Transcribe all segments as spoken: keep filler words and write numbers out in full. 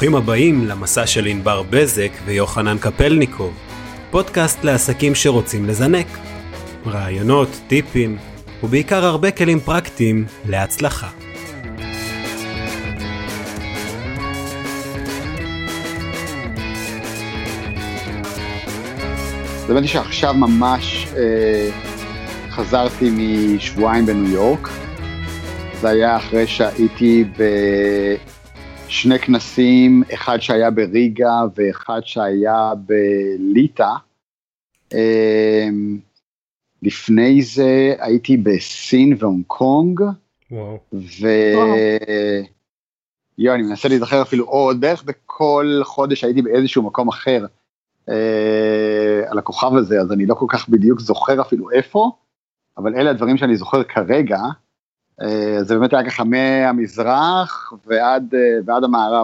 ברוכים הבאים למסע של ענבר בזק ויוחנן קפלניקוב, פודקאסט לעסקים שרוצים לזנק. רעיונות, טיפים ובעיקר הרבה כלים פרקטיים להצלחה. זה באמת שעכשיו ממש אה, חזרתי משבועיים בניו יורק. זה היה אחרי שהייתי בשני כנסים, אחד שהיה בריגה ואחד שהיה בליטא. אה, לפני זה הייתי בסין והונג קונג. וואו. ו... יו, אני מנסה להיזכר אפילו עוד, בערך בכל חודש הייתי באיזשהו מקום אחר. על הכוכב הזה, אז אני לא כל כך בדיוק זוכר אפילו איפה, אבל אלה הדברים שאני זוכר כרגע. זה באמת היה ככה מהמזרח ועד, ועד המערב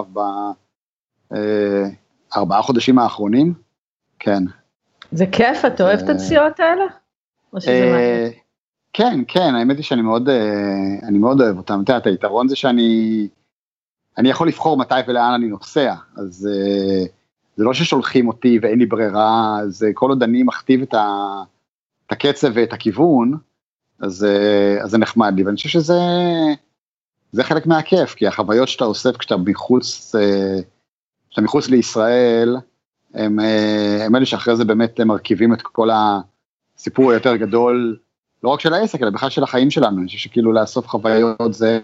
בארבעה חודשים האחרונים. כן. זה כיף, אתה אוהב את הנסיעות האלה? או שזה מעניין? כן, כן, האמת היא שאני מאוד, אני מאוד אוהב אותם. אתה יודע, היתרון זה שאני, אני יכול לבחור מתי ולאן אני נוסע, אז זה לא ששולחים אותי ואין לי ברירה, אז כל עוד אני מכתיב את, ה, את הקצב ואת הכיוון, אז, אז זה נחמד לי, ואני חושב שזה זה חלק מהכיף, כי החוויות שאתה אוסף כשאתה מחוץ, כשאתה מחוץ לישראל, הם, הם אלה שאחרי זה באמת מרכיבים את כל הסיפור היותר גדול, לא רק של העסק, אלא בכלל של החיים שלנו. אני חושב שכאילו לאסוף חוויות זה,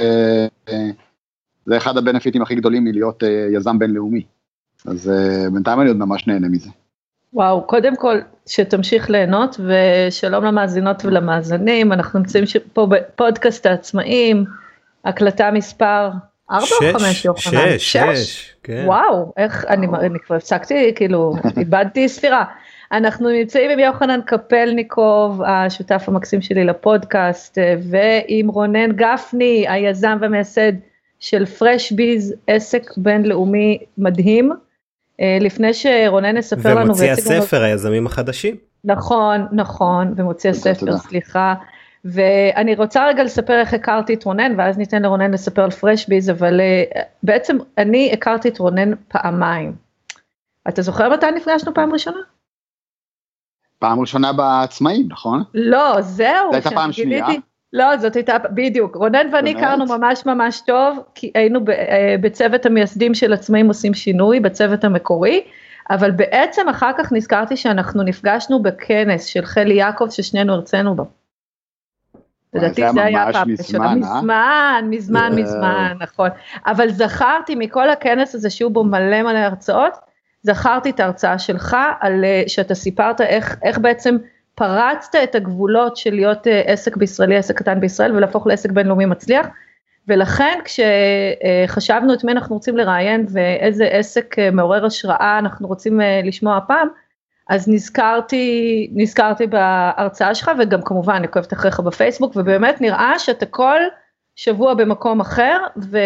זה אחד הבנפיטים הכי גדולים מלהיות יזם בינלאומי. אז uh, בינתיים אני עוד ממש נהנה מזה. וואו, קודם כל שתמשיך ליהנות, ושלום למאזינות ולמאזנים. אנחנו נמצאים פה בפודקאסט העצמאים, הקלטה מספר ארבע או חמש, יוחנן? שש, שש, כן. וואו, איך, אני, אני כבר הפסקתי, כאילו, איבדתי ספירה. אנחנו נמצאים עם יוחנן קפלניקוב, השותף המקסים שלי לפודקאסט, ועם רונן גפני, היזם ומייסד של פרשביז, עסק בינלאומי מדהים. לפני שרונן יספר לנו, ומוציא הספר היזמים החדשים. נכון, נכון, ומוציא הספר, סליחה. ואני רוצה רגע לספר איך הכרתי את רונן, ואז ניתן לרונן לספר על פרשביז, אבל בעצם אני הכרתי את רונן פעמיים. אתה זוכר מתי נפגשנו פעם ראשונה? פעם ראשונה בעצמאים, נכון? לא, זהו. זו הייתה פעם שנייה? לא, זאת הייתה, בדיוק, רונן ואני הכרנו ממש ממש טוב, כי היינו בצוות המייסדים של עצמאים עושים שינוי, בצוות המקורי, אבל בעצם אחר כך נזכרתי שאנחנו נפגשנו בכנס של חלי יעקב, ששנינו הרצינו בו. לדעתי זה היה פעם ראשונה, מזמן, מזמן, מזמן, נכון, אבל זכרתי מכל הכנס הזה שהוא בו מלא מלא הרצאות, זכרתי את ההרצאה שלך, על שאתה סיפרת איך, איך בעצם, פרצת את הגבולות של להיות עסק בישראלי, עסק קטן בישראל, ולהפוך לעסק בינלאומי מצליח, ולכן כשחשבנו את מי אנחנו רוצים לראיין, ואיזה עסק מעורר השראה אנחנו רוצים לשמוע הפעם, אז נזכרתי, נזכרתי בהרצאה שלך, וגם כמובן אני עוקבת אחריך בפייסבוק, ובאמת נראה שאתה כל שבוע במקום אחר,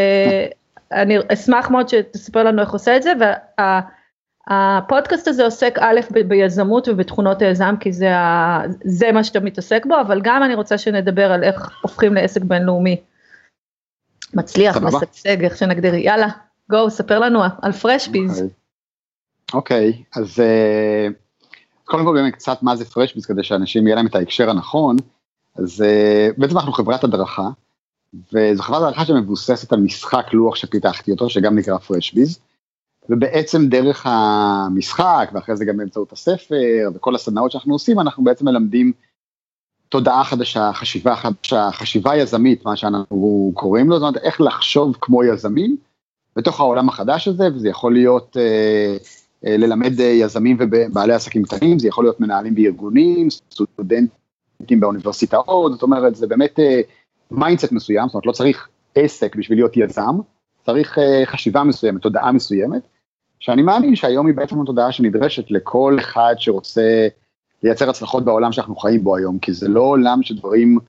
ואני אשמח מאוד שתספר לנו איך עושה את זה, וה... הפודקאסט הזה עוסק א' ביזמות ובתכונות היזם, כי זה, זה מה שאתה מתעסק בו, אבל גם אני רוצה שנדבר על איך הופכים לעסק בינלאומי. מצליח, משגשג, איך שנגדיר. יאללה, גו, ספר לנו על פרשביז. אוקיי, okay. okay, אז קודם כל באמת קצת מה זה פרשביז, כדי שאנשים יהיה להם את ההקשר הנכון. אז בעצם אנחנו חברת הדרכה, וזו חברת הדרכה שמבוססת על משחק לוח שפיתחתי אותו, שגם נקרא פרשביז. ובעצם דרך המשחק, ואחרי זה גם באמצעות הספר, וכל הסדנאות שאנחנו עושים, אנחנו בעצם מלמדים תודעה חדשה, חשיבה חדשה, חשיבה יזמית, מה שאנחנו קוראים לו, זאת אומרת, איך לחשוב כמו יזמים, בתוך העולם החדש הזה, וזה יכול להיות אה, אה, ללמד יזמים ובעלי עסקים קטנים, זה יכול להיות מנהלים בארגונים, סטודנטים באוניברסיטאות, זאת אומרת, זה באמת אה, מיינדסט מסוים, זאת אומרת, לא צריך עסק בשביל להיות יזם, צריך אה, חשיבה מסוימת, תודעה מסוימת, שאני מאמין שהיום היא בעצם התודעה שנדרשת לכל אחד שרוצה לייצר הצלחות בעולם שאנחנו חיים בו היום, כי זה לא עולם שדברים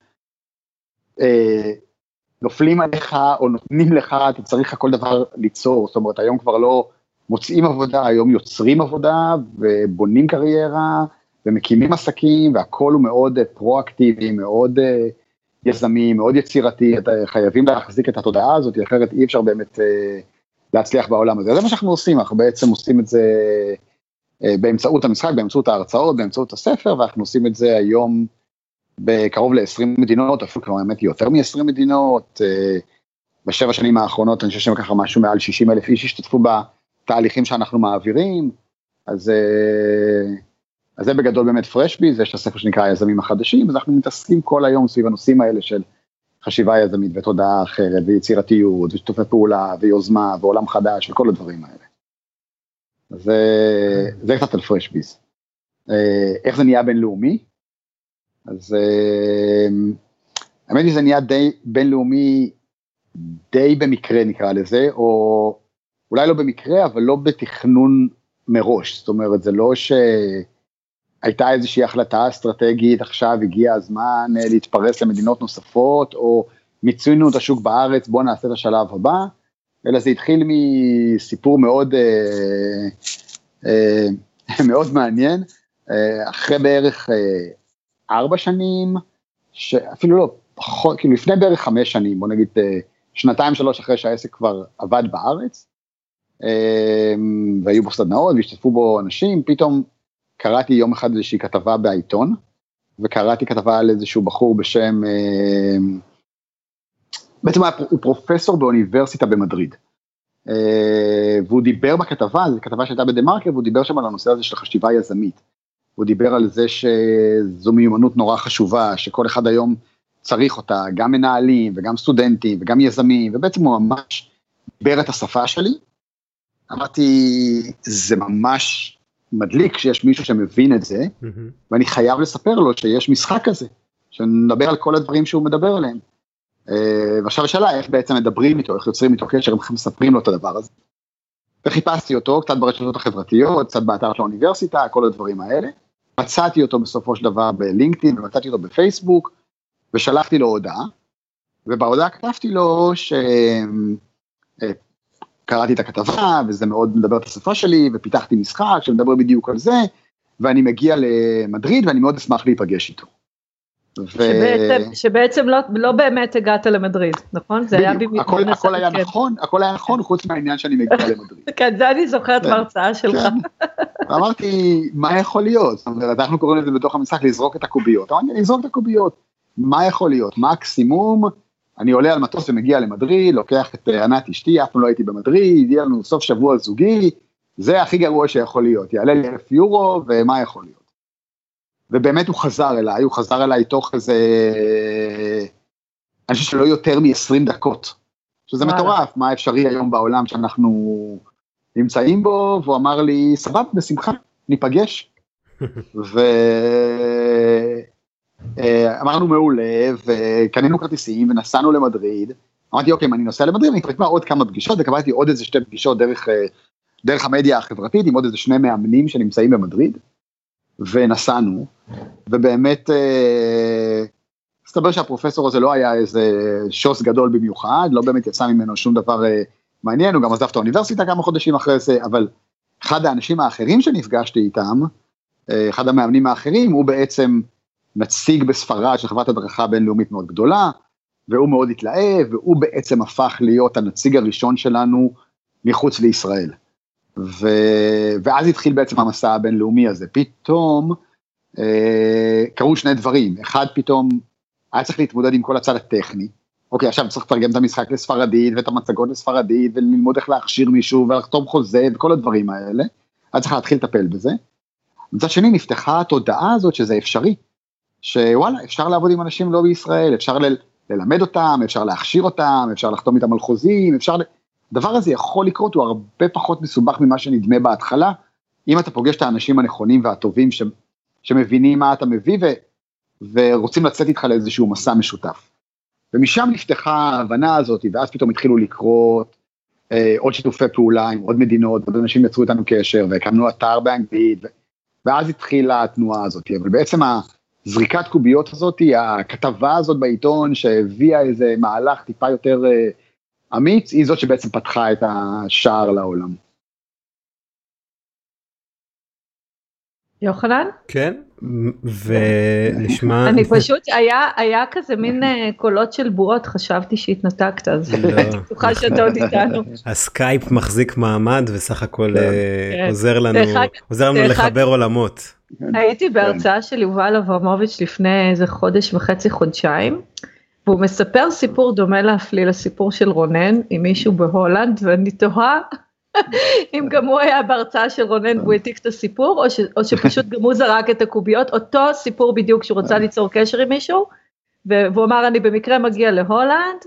אה, נופלים עליך או נותנים לך, אתה צריך כל דבר ליצור, זאת אומרת היום כבר לא מוצאים עבודה, היום יוצרים עבודה ובונים קריירה ומקימים עסקים, והכל הוא מאוד פרואקטיבי, מאוד אה, יזמי, מאוד יצירתי, חייבים להחזיק את התודעה הזאת, אחרת אי אפשר באמת אה, להצליח בעולם הזה. זה מה שאנחנו עושים, אנחנו בעצם עושים את זה באמצעות המשחק, באמצעות ההרצאות, באמצעות הספר, ואנחנו עושים את זה היום בקרוב ל-עשרים מדינות, אפילו כבר באמת יותר מ-עשרים מדינות, בשבע שנים האחרונות, אני חושב שהם ככה משהו מעל שישים אלף איש השתתפו בתהליכים שאנחנו מעבירים, אז, אז זה בגדול באמת פרשביז, יש את הספר שנקרא היזמים החדשים, אז אנחנו מתעסקים כל היום סביב הנושאים האלה של חשיבה יזמית ותודעה אחרת, ויצירתיות, ושיתופי פעולה, ויוזמה, ועולם חדש, וכל הדברים האלה. אז זה, זה קצת על פרשביז. איך זה נהיה בינלאומי? אז האמת היא זה נהיה די בינלאומי, די במקרה נקרא לזה, או אולי לא במקרה, אבל לא בתכנון מראש. זאת אומרת, זה לא שהייתה איזושהי החלטה אסטרטגית, עכשיו הגיע הזמן להתפרס למדינות נוספות, או מיצינו את השוק בארץ, בוא נעשה את השלב הבא, אלא זה התחיל מסיפור מאוד, אה, אה, מאוד מעניין, אה, אחרי בערך אה, ארבע שנים, אפילו לא, פחות, כאילו לפני בערך חמש שנים, בוא נגיד אה, שנתיים שלוש אחרי שהעסק כבר עבד בארץ, אה, והיו בו סדנאות והשתתפו בו אנשים, פתאום קראתי יום אחד איזושהי כתבה בעיתון, וקראתי כתבה על איזשהו בחור בשם, אה, בעצם הוא פרופסור באוניברסיטה במדריד, והוא דיבר בכתבה, זו כתבה שהייתה בדה-מרקר, והוא דיבר שם על הנושא הזה של חשיבה יזמית, הוא דיבר על זה שזו מיומנות נורא חשובה, שכל אחד היום צריך אותה, גם מנהלים וגם סטודנטים וגם יזמים, ובעצם הוא ממש דיבר את השפה שלי, אמרתי, זה ממש מדליק שיש מישהו שמבין את זה, ואני חייב לספר לו שיש משחק כזה, שנדבר על כל הדברים שהוא מדבר עליהם, ועכשיו השאלה, איך בעצם מדברים איתו, איך יוצרים איתו קשר, איך מספרים לו את הדבר הזה. וחיפשתי אותו, קצת ברשתות החברתיות, קצת באתר של האוניברסיטה, כל הדברים האלה. מצאתי אותו בסופו של דבר בלינקדאין, ומצאתי אותו בפייסבוק, ושלחתי לו הודעה, ובהודעה כתבתי לו שקראתי את הכתבה, וזה מאוד מדבר את השפה שלי, ופיתחתי משחק שמדבר בדיוק על זה, ואני מגיע למדריד, ואני מאוד אשמח להיפגש איתו. ו... שבעצם, שבעצם לא, לא באמת הגעת למדריד, נכון? זה היה בדיוק, הכל, הכל היה נכון, הכל היה נכון, חוץ מהעניין שאני מגיע למדריד. כן, זה אני זוכרת בהרצאה שלך. אמרתי, מה יכול להיות? זאת אומרת, אנחנו קוראים לזה בתוך המשחק, לזרוק את הקוביות. אמרתי, לזרוק את הקוביות. מה יכול להיות? מקסימום, אני עולה על מטוס ומגיע למדריד, לוקח את ענת אשתי, אף פעם לא הייתי במדריד, יהיה לנו סוף שבוע זוגי, זה הכי גרוע שיכול להיות, יעלה לי אלף יורו, ומה יכול להיות? ובאמת הוא חזר אליי, הוא חזר אליי תוך איזה, אני חושב שלא יותר מ-עשרים דקות, שזה מטורף, מה אפשרי היום בעולם שאנחנו נמצאים בו, והוא אמר לי, סבב, בשמחה, ניפגש, ואמרנו מעולה, וקנינו כרטיסים, ונסענו למדריד, אמרתי, אוקיי, אם אני נוסע למדריד, אני כבר עוד כמה פגישות, וקבעתי עוד איזה שתי פגישות דרך, דרך המדיה החברתית, עם עוד איזה שני מאמנים שנמצאים במדריד, ונסענו, ובאמת, הסתבר שהפרופסור הזה לא היה איזה שוס גדול במיוחד, לא באמת יצא ממנו שום דבר מעניין, הוא גם עזב את האוניברסיטה כמה חודשים אחרי זה, אבל אחד האנשים האחרים שנפגשתי איתם, אחד המאמנים האחרים, הוא בעצם נציג בספרד של חברת הדרכה בינלאומית מאוד גדולה, והוא מאוד התלהב, והוא בעצם הפך להיות הנציג הראשון שלנו מחוץ לישראל. ו... ואז התחיל בעצם המסע הבינלאומי הזה, פתאום אה, קרו שני דברים, אחד פתאום היה צריך להתמודד עם כל הצד הטכני, אוקיי עכשיו צריך לתרגם את המשחק לספרדית ואת המצגות לספרדית וללמוד איך להכשיר מישהו ולחתום חוזה וכל הדברים האלה, היה צריך להתחיל לטפל בזה, מצד שני נפתחה התודעה הזאת שזה אפשרי, שוואלה אפשר לעבוד עם אנשים לא בישראל, אפשר ל... ללמד אותם, אפשר להכשיר אותם, אפשר לחתום איתם על חוזים, אפשר... הדבר הזה יכול לקרות, הוא הרבה פחות מסובך ממה שנדמה בהתחלה, אם אתה פוגש את האנשים הנכונים והטובים ש, שמבינים מה אתה מביא ו, ורוצים לצאת איתך לאיזשהו מסע משותף. ומשם נפתחה ההבנה הזאת, ואז פתאום התחילו לקרות אה, עוד שיתופי פעולה עם עוד מדינות, עוד אנשים יצרו איתנו קשר, והקמנו אתר באנגלית, ו, ואז התחילה התנועה הזאת, אבל בעצם הזריקת קוביות הזאת, הכתבה הזאת בעיתון שהביאה איזה מהלך טיפה יותר... אה, אמיץ היא זאת שבעצם פתחה את השער לעולם. יוחנן? כן, ונשמע... אני פשוט, היה, היה כזה מין קולות של בועות, חשבתי שהתנתקת, אז הייתי בטוחה שאתה עוד איתנו. הסקייפ מחזיק מעמד, וסך הכל עוזר לנו, עוזר לנו לחבר עולמות. הייתי בהרצאה של יובל אברמוביץ' לפני איזה חודש וחצי, חודשיים, והוא מספר סיפור דומה להפליא לסיפור של רונן, עם מישהו בהולנד, ואני תוהה, אם גם הוא היה בהרצאה של רונן והוא העתיק את הסיפור, או, ש, או שפשוט גם הוא זרק את הקוביות, אותו סיפור בדיוק שהוא רוצה ליצור קשר עם מישהו, והוא אמר אני במקרה מגיע להולנד,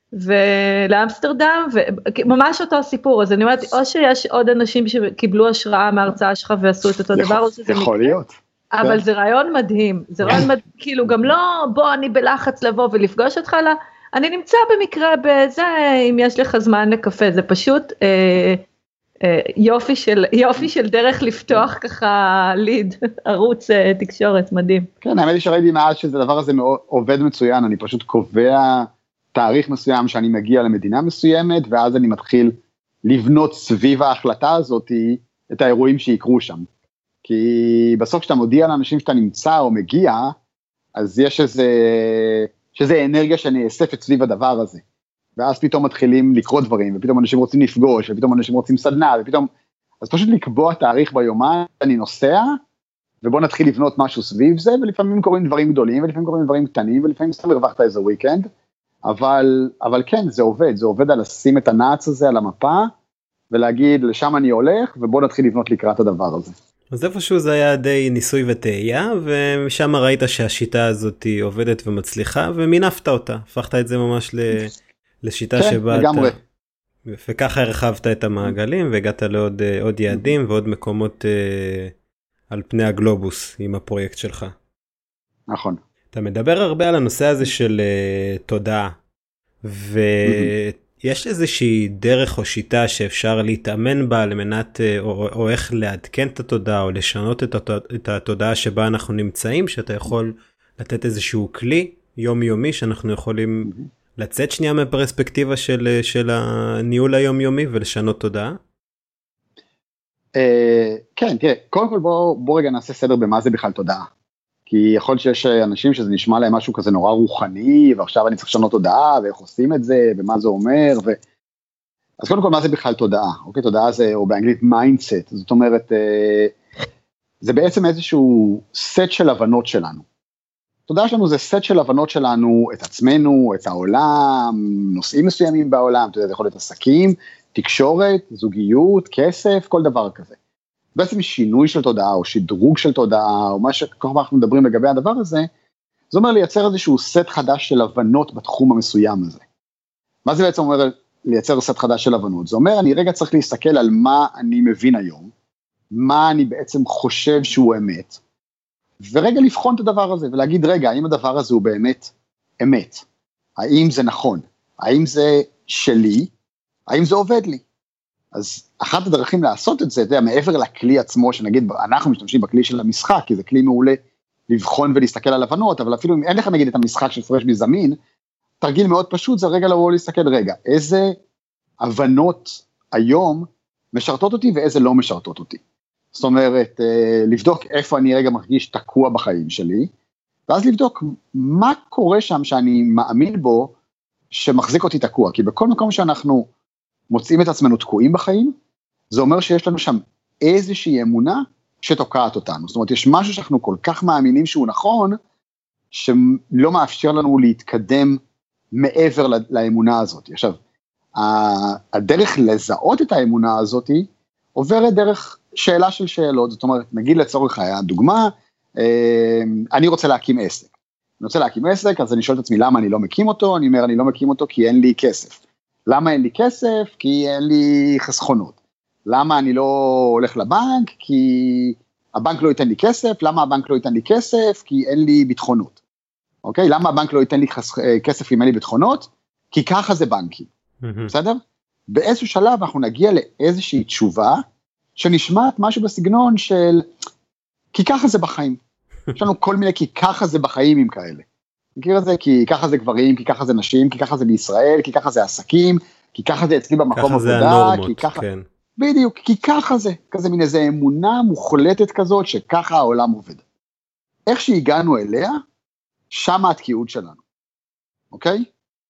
ולאמסטרדם, וממש אותו סיפור, אז אני אומרת, או שיש עוד אנשים שקיבלו השראה מההרצאה שלך ועשו את אותו דבר, או שזה יכול להיות. אבל זה רעיון מדהים, זה רעיון מדהים, כאילו גם לא, בוא אני בלחץ לבוא ולפגוש אותך, אלא אני נמצא במקרה בזה, אם יש לך זמן לקפה, זה פשוט אה, אה, יופי, של, יופי של דרך לפתוח ככה ליד, ערוץ אה, תקשורת, מדהים. כן, האמת היא שראיתי מאז שזה הדבר הזה מאוד, עובד מצוין, אני פשוט קובע תאריך מסוים שאני מגיע למדינה מסוימת, ואז אני מתחיל לבנות סביב ההחלטה הזאת את האירועים שיקרו שם. כי בסוף כשאתה מודיע לאנשים שאתה נמצא או מגיע, אז יש איזה, שזה אנרגיה שנאספת סביב הדבר הזה. ואז פתאום מתחילים לקרות דברים, ופתאום אנשים רוצים לפגוש, ופתאום אנשים רוצים סדנה, ופתאום, אז פשוט לקבוע תאריך ביומן, אני נוסע, ובוא נתחיל לבנות משהו סביב זה, ולפעמים קוראים דברים גדולים, ולפעמים קוראים דברים קטנים, ולפעמים סתם הרווחת איזה וויקנד, אבל, אבל כן, זה עובד, זה עובד על לשים את הנעץ הזה על המפה, ולהגיד, לשם אני הולך, ובוא נתחיל לבנות לקראת הדבר הזה. אז איפשהו זה היה די ניסוי וטעייה, ומשם ראית שהשיטה הזאת היא עובדת ומצליחה, ומינפת אותה, הפכת את זה ממש לשיטה כן, שבה לגמרי. אתה... וככה הרחבת את המעגלים, והגעת לעוד עוד יעדים ועוד מקומות אה, על פני הגלובוס עם הפרויקט שלך. נכון. אתה מדבר הרבה על הנושא הזה של אה, תודעה, ויש איזושהי דרך או שיטה שאפשר להתאמן בה על מנת, או, או איך לעדכן את התודעה, או לשנות את, את התודעה שבה אנחנו נמצאים, שאתה יכול לתת איזשהו כלי יומיומי, שאנחנו יכולים לצאת שנייה מפרספקטיבה של, של הניהול היומיומי, ולשנות תודעה? כן, תראה, קודם כל בוא, בוא רגע נעשה סדר במה זה בכלל תודעה. כי יכול להיות שיש אנשים שזה נשמע להם משהו כזה נורא רוחני, ועכשיו אני צריך לשנות תודעה, ואיך עושים את זה, ומה זה אומר, ו... אז קודם כל, מה זה בכלל תודעה? אוקיי, תודעה זה, או באנגלית מיינדסט, זאת אומרת, זה בעצם איזשהו סט של הבנות שלנו. תודעה שלנו זה סט של הבנות שלנו, את עצמנו, את העולם, נושאים מסוימים בעולם, אתה יודע, זה יכול להיות עסקים, תקשורת, זוגיות, כסף, כל דבר כזה. בעצם שינוי של תודעה, או שדרוג של תודעה, או מה שכל כך אנחנו מדברים לגבי הדבר הזה, זה אומר לייצר איזשהו סט חדש של הבנות בתחום המסוים הזה. מה זה בעצם אומר לייצר סט חדש של הבנות? זה אומר, אני רגע צריך להסתכל על מה אני מבין היום, מה אני בעצם חושב שהוא אמת, ורגע לבחון את הדבר הזה, ולהגיד, רגע, האם הדבר הזה הוא באמת אמת? האם זה נכון? האם זה שלי? האם זה עובד לי? אז אחת הדרכים לעשות את זה, זה מעבר לכלי עצמו, שנגיד, אנחנו משתמשים בכלי של המשחק, כי זה כלי מעולה לבחון ולהסתכל על הבנות, אבל אפילו אם אין לך נגיד את המשחק של פרש בי זמין, תרגיל מאוד פשוט, זה רגע לבוא להסתכל, רגע, איזה הבנות היום משרתות אותי, ואיזה לא משרתות אותי. זאת אומרת, לבדוק איפה אני רגע מרגיש תקוע בחיים שלי, ואז לבדוק מה קורה שם שאני מאמין בו, שמחזיק אותי תקוע, כי בכל מקום שאנחנו מוצאים את עצמנו תקועים בחיים, זה אומר שיש לנו שם איזושהי אמונה שתוקעת אותנו. זאת אומרת, יש משהו שאנחנו כל כך מאמינים שהוא נכון, שלא מאפשר לנו להתקדם מעבר לאמונה הזאת. עכשיו, הדרך לזהות את האמונה הזאת, עוברת דרך שאלה של שאלות, זאת אומרת, נגיד לצורך הדוגמה, אני רוצה להקים עסק. אני רוצה להקים עסק, אז אני שואל את עצמי, למה אני לא מקים אותו? אני אומר, אני לא מקים אותו כי אין לי כסף. למה אין לי כסף? כי אין לי חסכונות. למה אני לא הולך לבנק? כי הבנק לא ייתן לי כסף. למה הבנק לא ייתן לי כסף? כי אין לי ביטחונות. אוקיי? למה הבנק לא ייתן לי חס... כסף אם אין לי ביטחונות? כי ככה זה בנקים. Mm-hmm. בסדר? באיזשהו שלב אנחנו נגיע לאיזושהי תשובה, שנשמעת משהו בסגנון של, כי ככה זה בחיים. יש לנו כל מיני כי ככה זה בחיים עם כאלה. מכיר את זה? כי ככה זה גברים, כי ככה זה נשים, כי ככה זה בישראל, כי ככה זה עסקים, כי ככה זה אצלי במקום עבודה, ככה זה הנורמות, כי ככה... כן. בדיוק, כי ככה זה, כזה מין איזו אמונה מוחלטת כזאת, שככה העולם עובד. איך שהגענו אליה, שם התקיעות שלנו, אוקיי?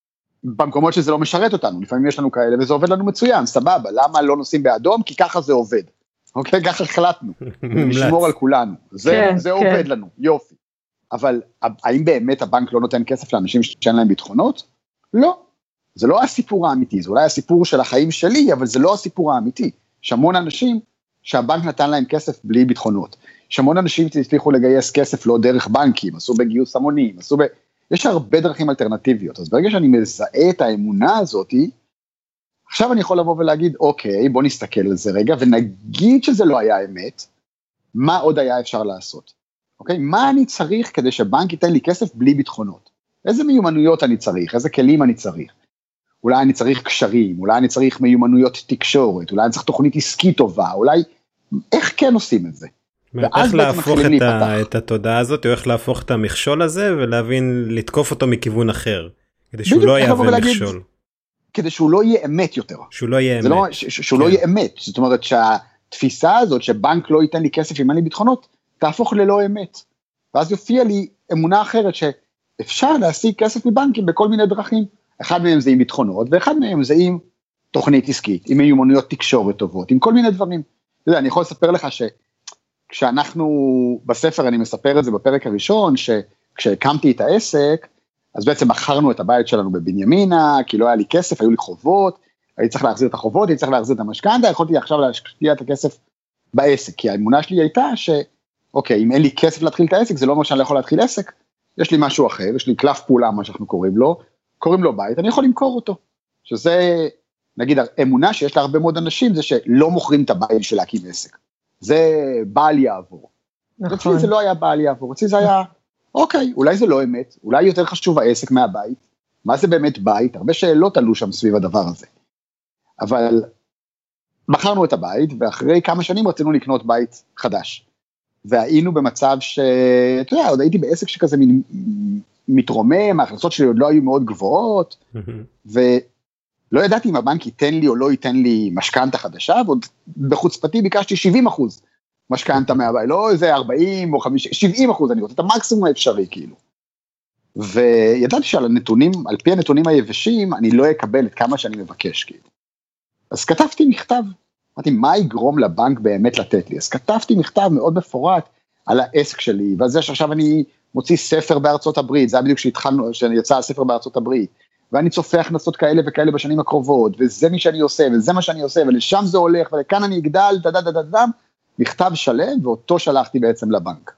במקומות שזה לא משרת אותנו, לפעמים יש לנו כאלה, וזה עובד לנו מצוין, סבבה, למה לא נוסעים באדום? כי ככה זה עובד, אוקיי? ככה החלטנו, לשמור על כולנו, זה, כן, זה כן. עובד לנו, יופי. אבל האם באמת הבנק לא נותן כסף לאנשים שאין להם ביטחונות? לא. זה לא הסיפור האמיתי, זה אולי הסיפור של החיים שלי, אבל זה לא הסיפור האמיתי. יש המון אנשים שהבנק נתן להם כסף בלי ביטחונות. יש המון אנשים שהצליחו לגייס כסף לא דרך בנקים, עשו בגיוס המונים, עשו ב... יש הרבה דרכים אלטרנטיביות. אז ברגע שאני מזהה את האמונה הזאת, עכשיו אני יכול לבוא ולהגיד, אוקיי, בוא נסתכל על זה רגע, ונגיד שזה לא היה אמת, מה עוד היה אפשר לעשות? אוקיי? מה אני צריך כדי שבנק ייתן לי כסף בלי ביטחונות? איזה מיומנויות אני צריך? איזה כלים אני צריך? אולי אני צריך קשרים, אולי אני צריך מיומנויות תקשורת, אולי אני צריך תוכנית עסקית טובה, אולי, איך כן עושים את זה? איך להפוך את, ה, את התודעה הזאת, או איך להפוך את המכשול הזה, ולהבין, לתקוף אותו מכיוון אחר, כדי שהוא לא יהווה מכשול. כדי שהוא לא יהיה אמת יותר. שהוא לא יהיה אמת. לא, ש, שהוא כן. לא יהיה אמת, זאת אומרת שהתפיסה הזאת, שבנק לא ייתן לי כסף אם אין לי ביטחונות, תהפוך ללא אמת. ואז יופיע לי אמונה אחרת, שאפשר להשיג כסף מבנקים בכל מיני דרכים. אחד מהם זה עם ביטחונות, ואחד מהם זה עם תוכנית עסקית, עם מיומנויות תקשורת טובות, עם כל מיני דברים. אתה יודע, אני יכול לספר לך שכשאנחנו בספר, אני מספר את זה בפרק הראשון, שכשהקמתי את העסק, אז בעצם מכרנו את הבית שלנו בבנימינה, כי לא היה לי כסף, היו לי חובות, הייתי צריך להחזיר את החובות, הייתי צריך להחזיר את המשכנתה, יכולתי עכשיו להשקיע את הכסף בעסק, כי האמונה שלי הייתה שאוקיי, אם אין לי כסף להתחיל את העסק, זה לא אומר שאני לא יכול להתחיל עסק, יש לי משהו אחר, יש לי קלף פעולה, מה שאנחנו קוראים לו, קוראים לו בית, אני יכול למכור אותו, שזה, נגיד, אמונה שיש לה הרבה מאוד אנשים, זה שלא מוכרים את הבית של להקים עסק, זה בעל יעבור, נכון. אצלי זה לא היה בעל יעבור, אצלי זה היה, אוקיי, אולי זה לא אמת, אולי יותר חשוב העסק מהבית, מה זה באמת בית, הרבה שאלות עלו שם סביב הדבר הזה, אבל מכרנו את הבית, ואחרי כמה שנים רצינו לקנות בית חדש, והיינו במצב שאתה יודע, עוד הייתי בעסק שכזה מתרומם, ההכנסות שלי עוד לא היו מאוד גבוהות, ולא ידעתי אם הבנק ייתן לי או לא ייתן לי משכנתה חדשה, ועוד בחוצפתי ביקשתי שבעים אחוז משכנתה מהבית, לא איזה ארבעים או חמישים, שבעים אחוז, אני רוצה את המקסימום האפשרי כאילו. וידעתי שעל הנתונים, על פי הנתונים היבשים, אני לא אקבל את כמה שאני מבקש כאילו. אז כתבתי מכתב, אמרתי, מה יגרום לבנק באמת לתת לי? אז כתבתי מכתב מאוד מפורט על העסק שלי, ועל זה שעכשיו אני מוציא ספר בארצות הברית, זה היה בדיוק שהתחלנו, שיצא הספר בארצות הברית, ואני צופה הכנסות כאלה וכאלה בשנים הקרובות, וזה מי שאני עושה, וזה מה שאני עושה, ולשם זה הולך, ולכאן אני אגדל, דדדדדם, מכתב שלם, ואותו שלחתי בעצם לבנק.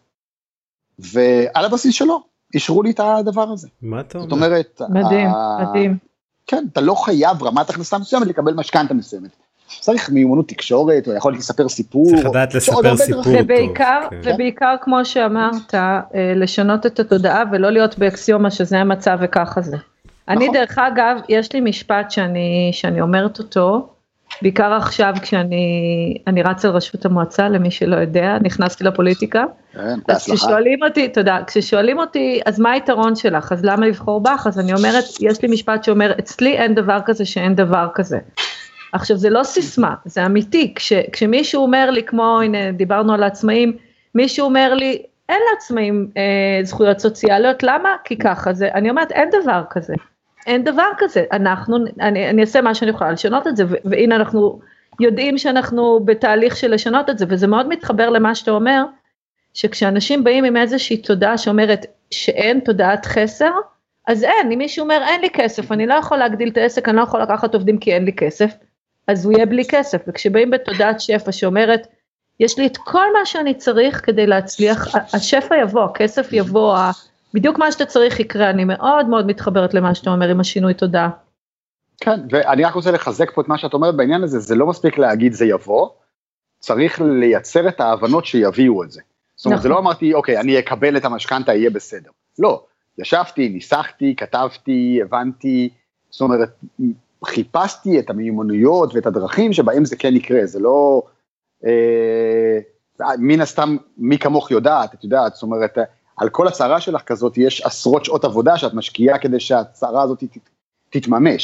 ועל הבסיס שלו, אישרו לי את הדבר הזה. מה אתה אומר? זאת אומרת, מדהים, מדהים. כן, אתה לא חייב רמת הכנסה מסוימת לקבל משכנתה מסוימת. צריך מיומנות תקשורת, או יכול לספר סיפור. צריך לדעת לספר סיפור טוב. ובעיקר, ובעיקר כמו שאמרת, לשנות את התודעה, ולא להיות באקסיומה שזה המצב וככה זה. אני דרך אגב, יש לי משפט שאני, שאני אומרת אותו, בעיקר עכשיו כשאני אני רץ על רשות המועצה, למי שלא יודע, נכנסתי לפוליטיקה. אז כששואלים אותי, תודה, כששואלים אותי, אז מה היתרון שלך? אז למה לבחור בך? אז אני אומרת, יש לי משפט שאומר, אצלי אין דבר כזה שאין דבר כזה. עכשיו זה לא סיסמה, זה אמיתי, כש, כשמישהו אומר לי, כמו, הנה דיברנו על העצמאים, מישהו אומר לי, אין לעצמאים אה, זכויות סוציאליות, למה? כי ככה זה, אני אומרת, אין דבר כזה, אין דבר כזה, אנחנו, אני, אני אעשה מה שאני יכולה לשנות את זה, ו, והנה אנחנו יודעים שאנחנו בתהליך של לשנות את זה, וזה מאוד מתחבר למה שאתה אומר, שכשאנשים באים עם איזושהי תודעה שאומרת שאין תודעת חסר, אז אין, אם מישהו אומר אין לי כסף, אני לא יכול להגדיל את העסק, אני לא יכול לקחת עובדים כי אין לי כסף, אז הוא יהיה בלי כסף, וכשבאים בתודעת שפע שאומרת, יש לי את כל מה שאני צריך כדי להצליח, השפע יבוא, הכסף יבוא, בדיוק מה שאתה צריך יקרה, אני מאוד מאוד מתחברת למה שאתה אומר עם השינוי תודעה. כן, ואני רק רוצה לחזק פה את מה שאת אומרת בעניין הזה, זה לא מספיק להגיד זה יבוא, צריך לייצר את ההבנות שיביאו את זה. זאת אומרת, זה לא אמרתי, אוקיי, אני אקבל את המשכנתה, יהיה בסדר. לא, ישבתי, ניסחתי, כתבתי, הבנתי, זאת אומרת, חיפשתי את המיומנויות ואת הדרכים שבהם זה כן יקרה, זה לא, אה, מן הסתם, מי כמוך יודעת, את יודעת, זאת אומרת, על כל הצערה שלך כזאת, יש עשרות שעות עבודה שאת משקיעה כדי שהצערה הזאת תת, תתממש,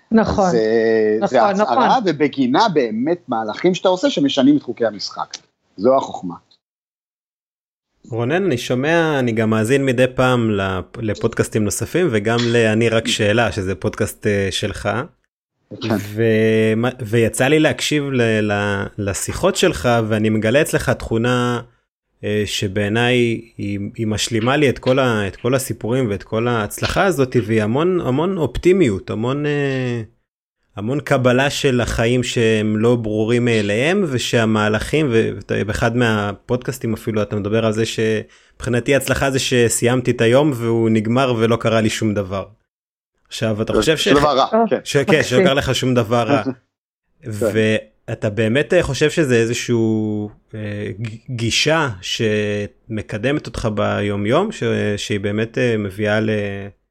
נכון, אז, נכון, זה הצערה, נכון. ובגינה באמת מהלכים שאתה עושה שמשנים את חוקי המשחק. זו החוכמה. רונן, אני שומע, אני גם מאזין מדי פעם לפודקאסטים נוספים, וגם ל"אני רק שאלה", שזה פודקאסט שלך. ו... ויצא לי להקשיב ל... ל... לשיחות שלך, ואני מגלה אצלך תכונה שבעיניי היא, היא משלימה לי את כל, ה... את כל הסיפורים ואת כל ההצלחה הזאת, והיא המון, המון אופטימיות, המון, המון קבלה של החיים שהם לא ברורים מאליהם, ושהמהלכים, ובאחד מהפודקאסטים אפילו אתה מדבר על זה שבחינתי ההצלחה זה שסיימתי את היום והוא נגמר ולא קרה לי שום דבר. עכשיו אתה חושב ש... שום דבר רע, כן. כן, שלא קרה לך שום דבר רע. ואתה באמת חושב שזה איזשהו גישה שמקדמת אותך ביום יום, שהיא באמת מביאה ל...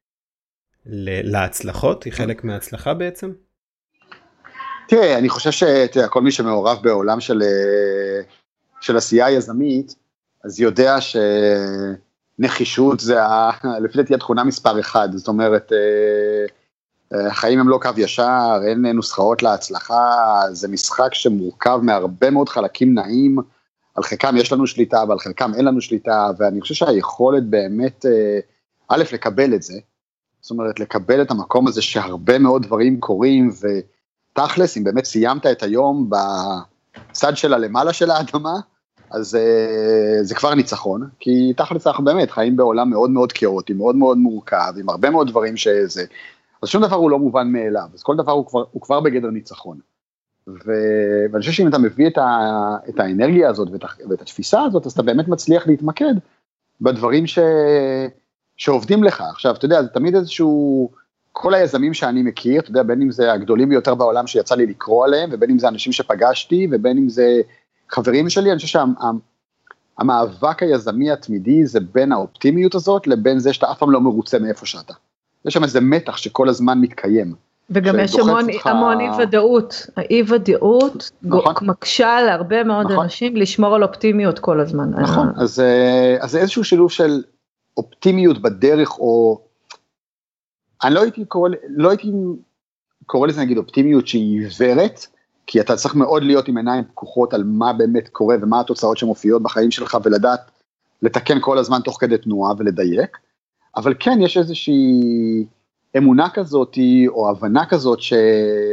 להצלחות, היא חלק מההצלחה בעצם? תראה, אני חושב שכל מי שמעורב בעולם של, של עשייה יזמית, אז יודע שנחישות זה, לפי דעתי התכונה מספר אחד, זאת אומרת, החיים הם לא קו ישר, אין נוסחאות להצלחה, זה משחק שמורכב מהרבה מאוד חלקים נעים, על חלקם יש לנו שליטה, ועל חלקם אין לנו שליטה, ואני חושב שהיכולת באמת, א', לקבל את זה, זאת אומרת, לקבל את המקום הזה שהרבה מאוד דברים קורים, ותכלס, אם באמת סיימת את היום בצד שלה למעלה של האדמה, אז uh, זה כבר ניצחון, כי תכלס אנחנו באמת חיים בעולם מאוד מאוד כאוטי, מאוד מאוד מורכב, עם הרבה מאוד דברים שזה, אז שום דבר הוא לא מובן מאליו, אז כל דבר הוא כבר, הוא כבר בגדר ניצחון. ו... ואני חושב שאם אתה מביא את, ה... את האנרגיה הזאת ואת, ואת התפיסה הזאת, אז אתה באמת מצליח להתמקד בדברים ש... שעובדים לך. עכשיו, אתה יודע, זה תמיד איזשהו, כל היזמים שאני מכיר, אתה יודע, בין אם זה הגדולים ביותר בעולם שיצא לי לקרוא עליהם, ובין אם זה אנשים שפגשתי, ובין אם זה חברים שלי, אני חושב שהמאבק היזמי התמידי זה בין האופטימיות הזאת, לבין זה שאתה אף פעם לא מרוצה מאיפה שאתה. יש שם איזה מתח שכל הזמן מתקיים. וגם יש המון, אותך... המון אי ודאות, האי ודאות נכון. מקשה להרבה מאוד נכון. אנשים לשמור על אופטימיות כל הזמן. נכון, אז, אז זה איזשהו שילוב של אופטימיות בדרך, או אני לא הייתי קורא, לא הייתי קורא לזה נגיד אופטימיות שהיא עיוורת, כי אתה צריך מאוד להיות עם עיניים פקוחות על מה באמת קורה, ומה התוצאות שמופיעות בחיים שלך, ולדעת לתקן כל הזמן תוך כדי תנועה ולדייק, אבל כן יש איזושהי אמונה כזאת, או הבנה כזאת, ש...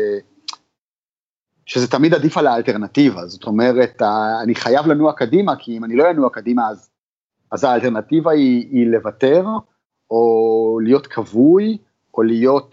שזה תמיד עדיף על האלטרנטיבה, זאת אומרת, אני חייב לנוע קדימה, כי אם אני לא ינוע קדימה, אז, אז האלטרנטיבה היא, היא לוותר, או להיות כבוי, או להיות,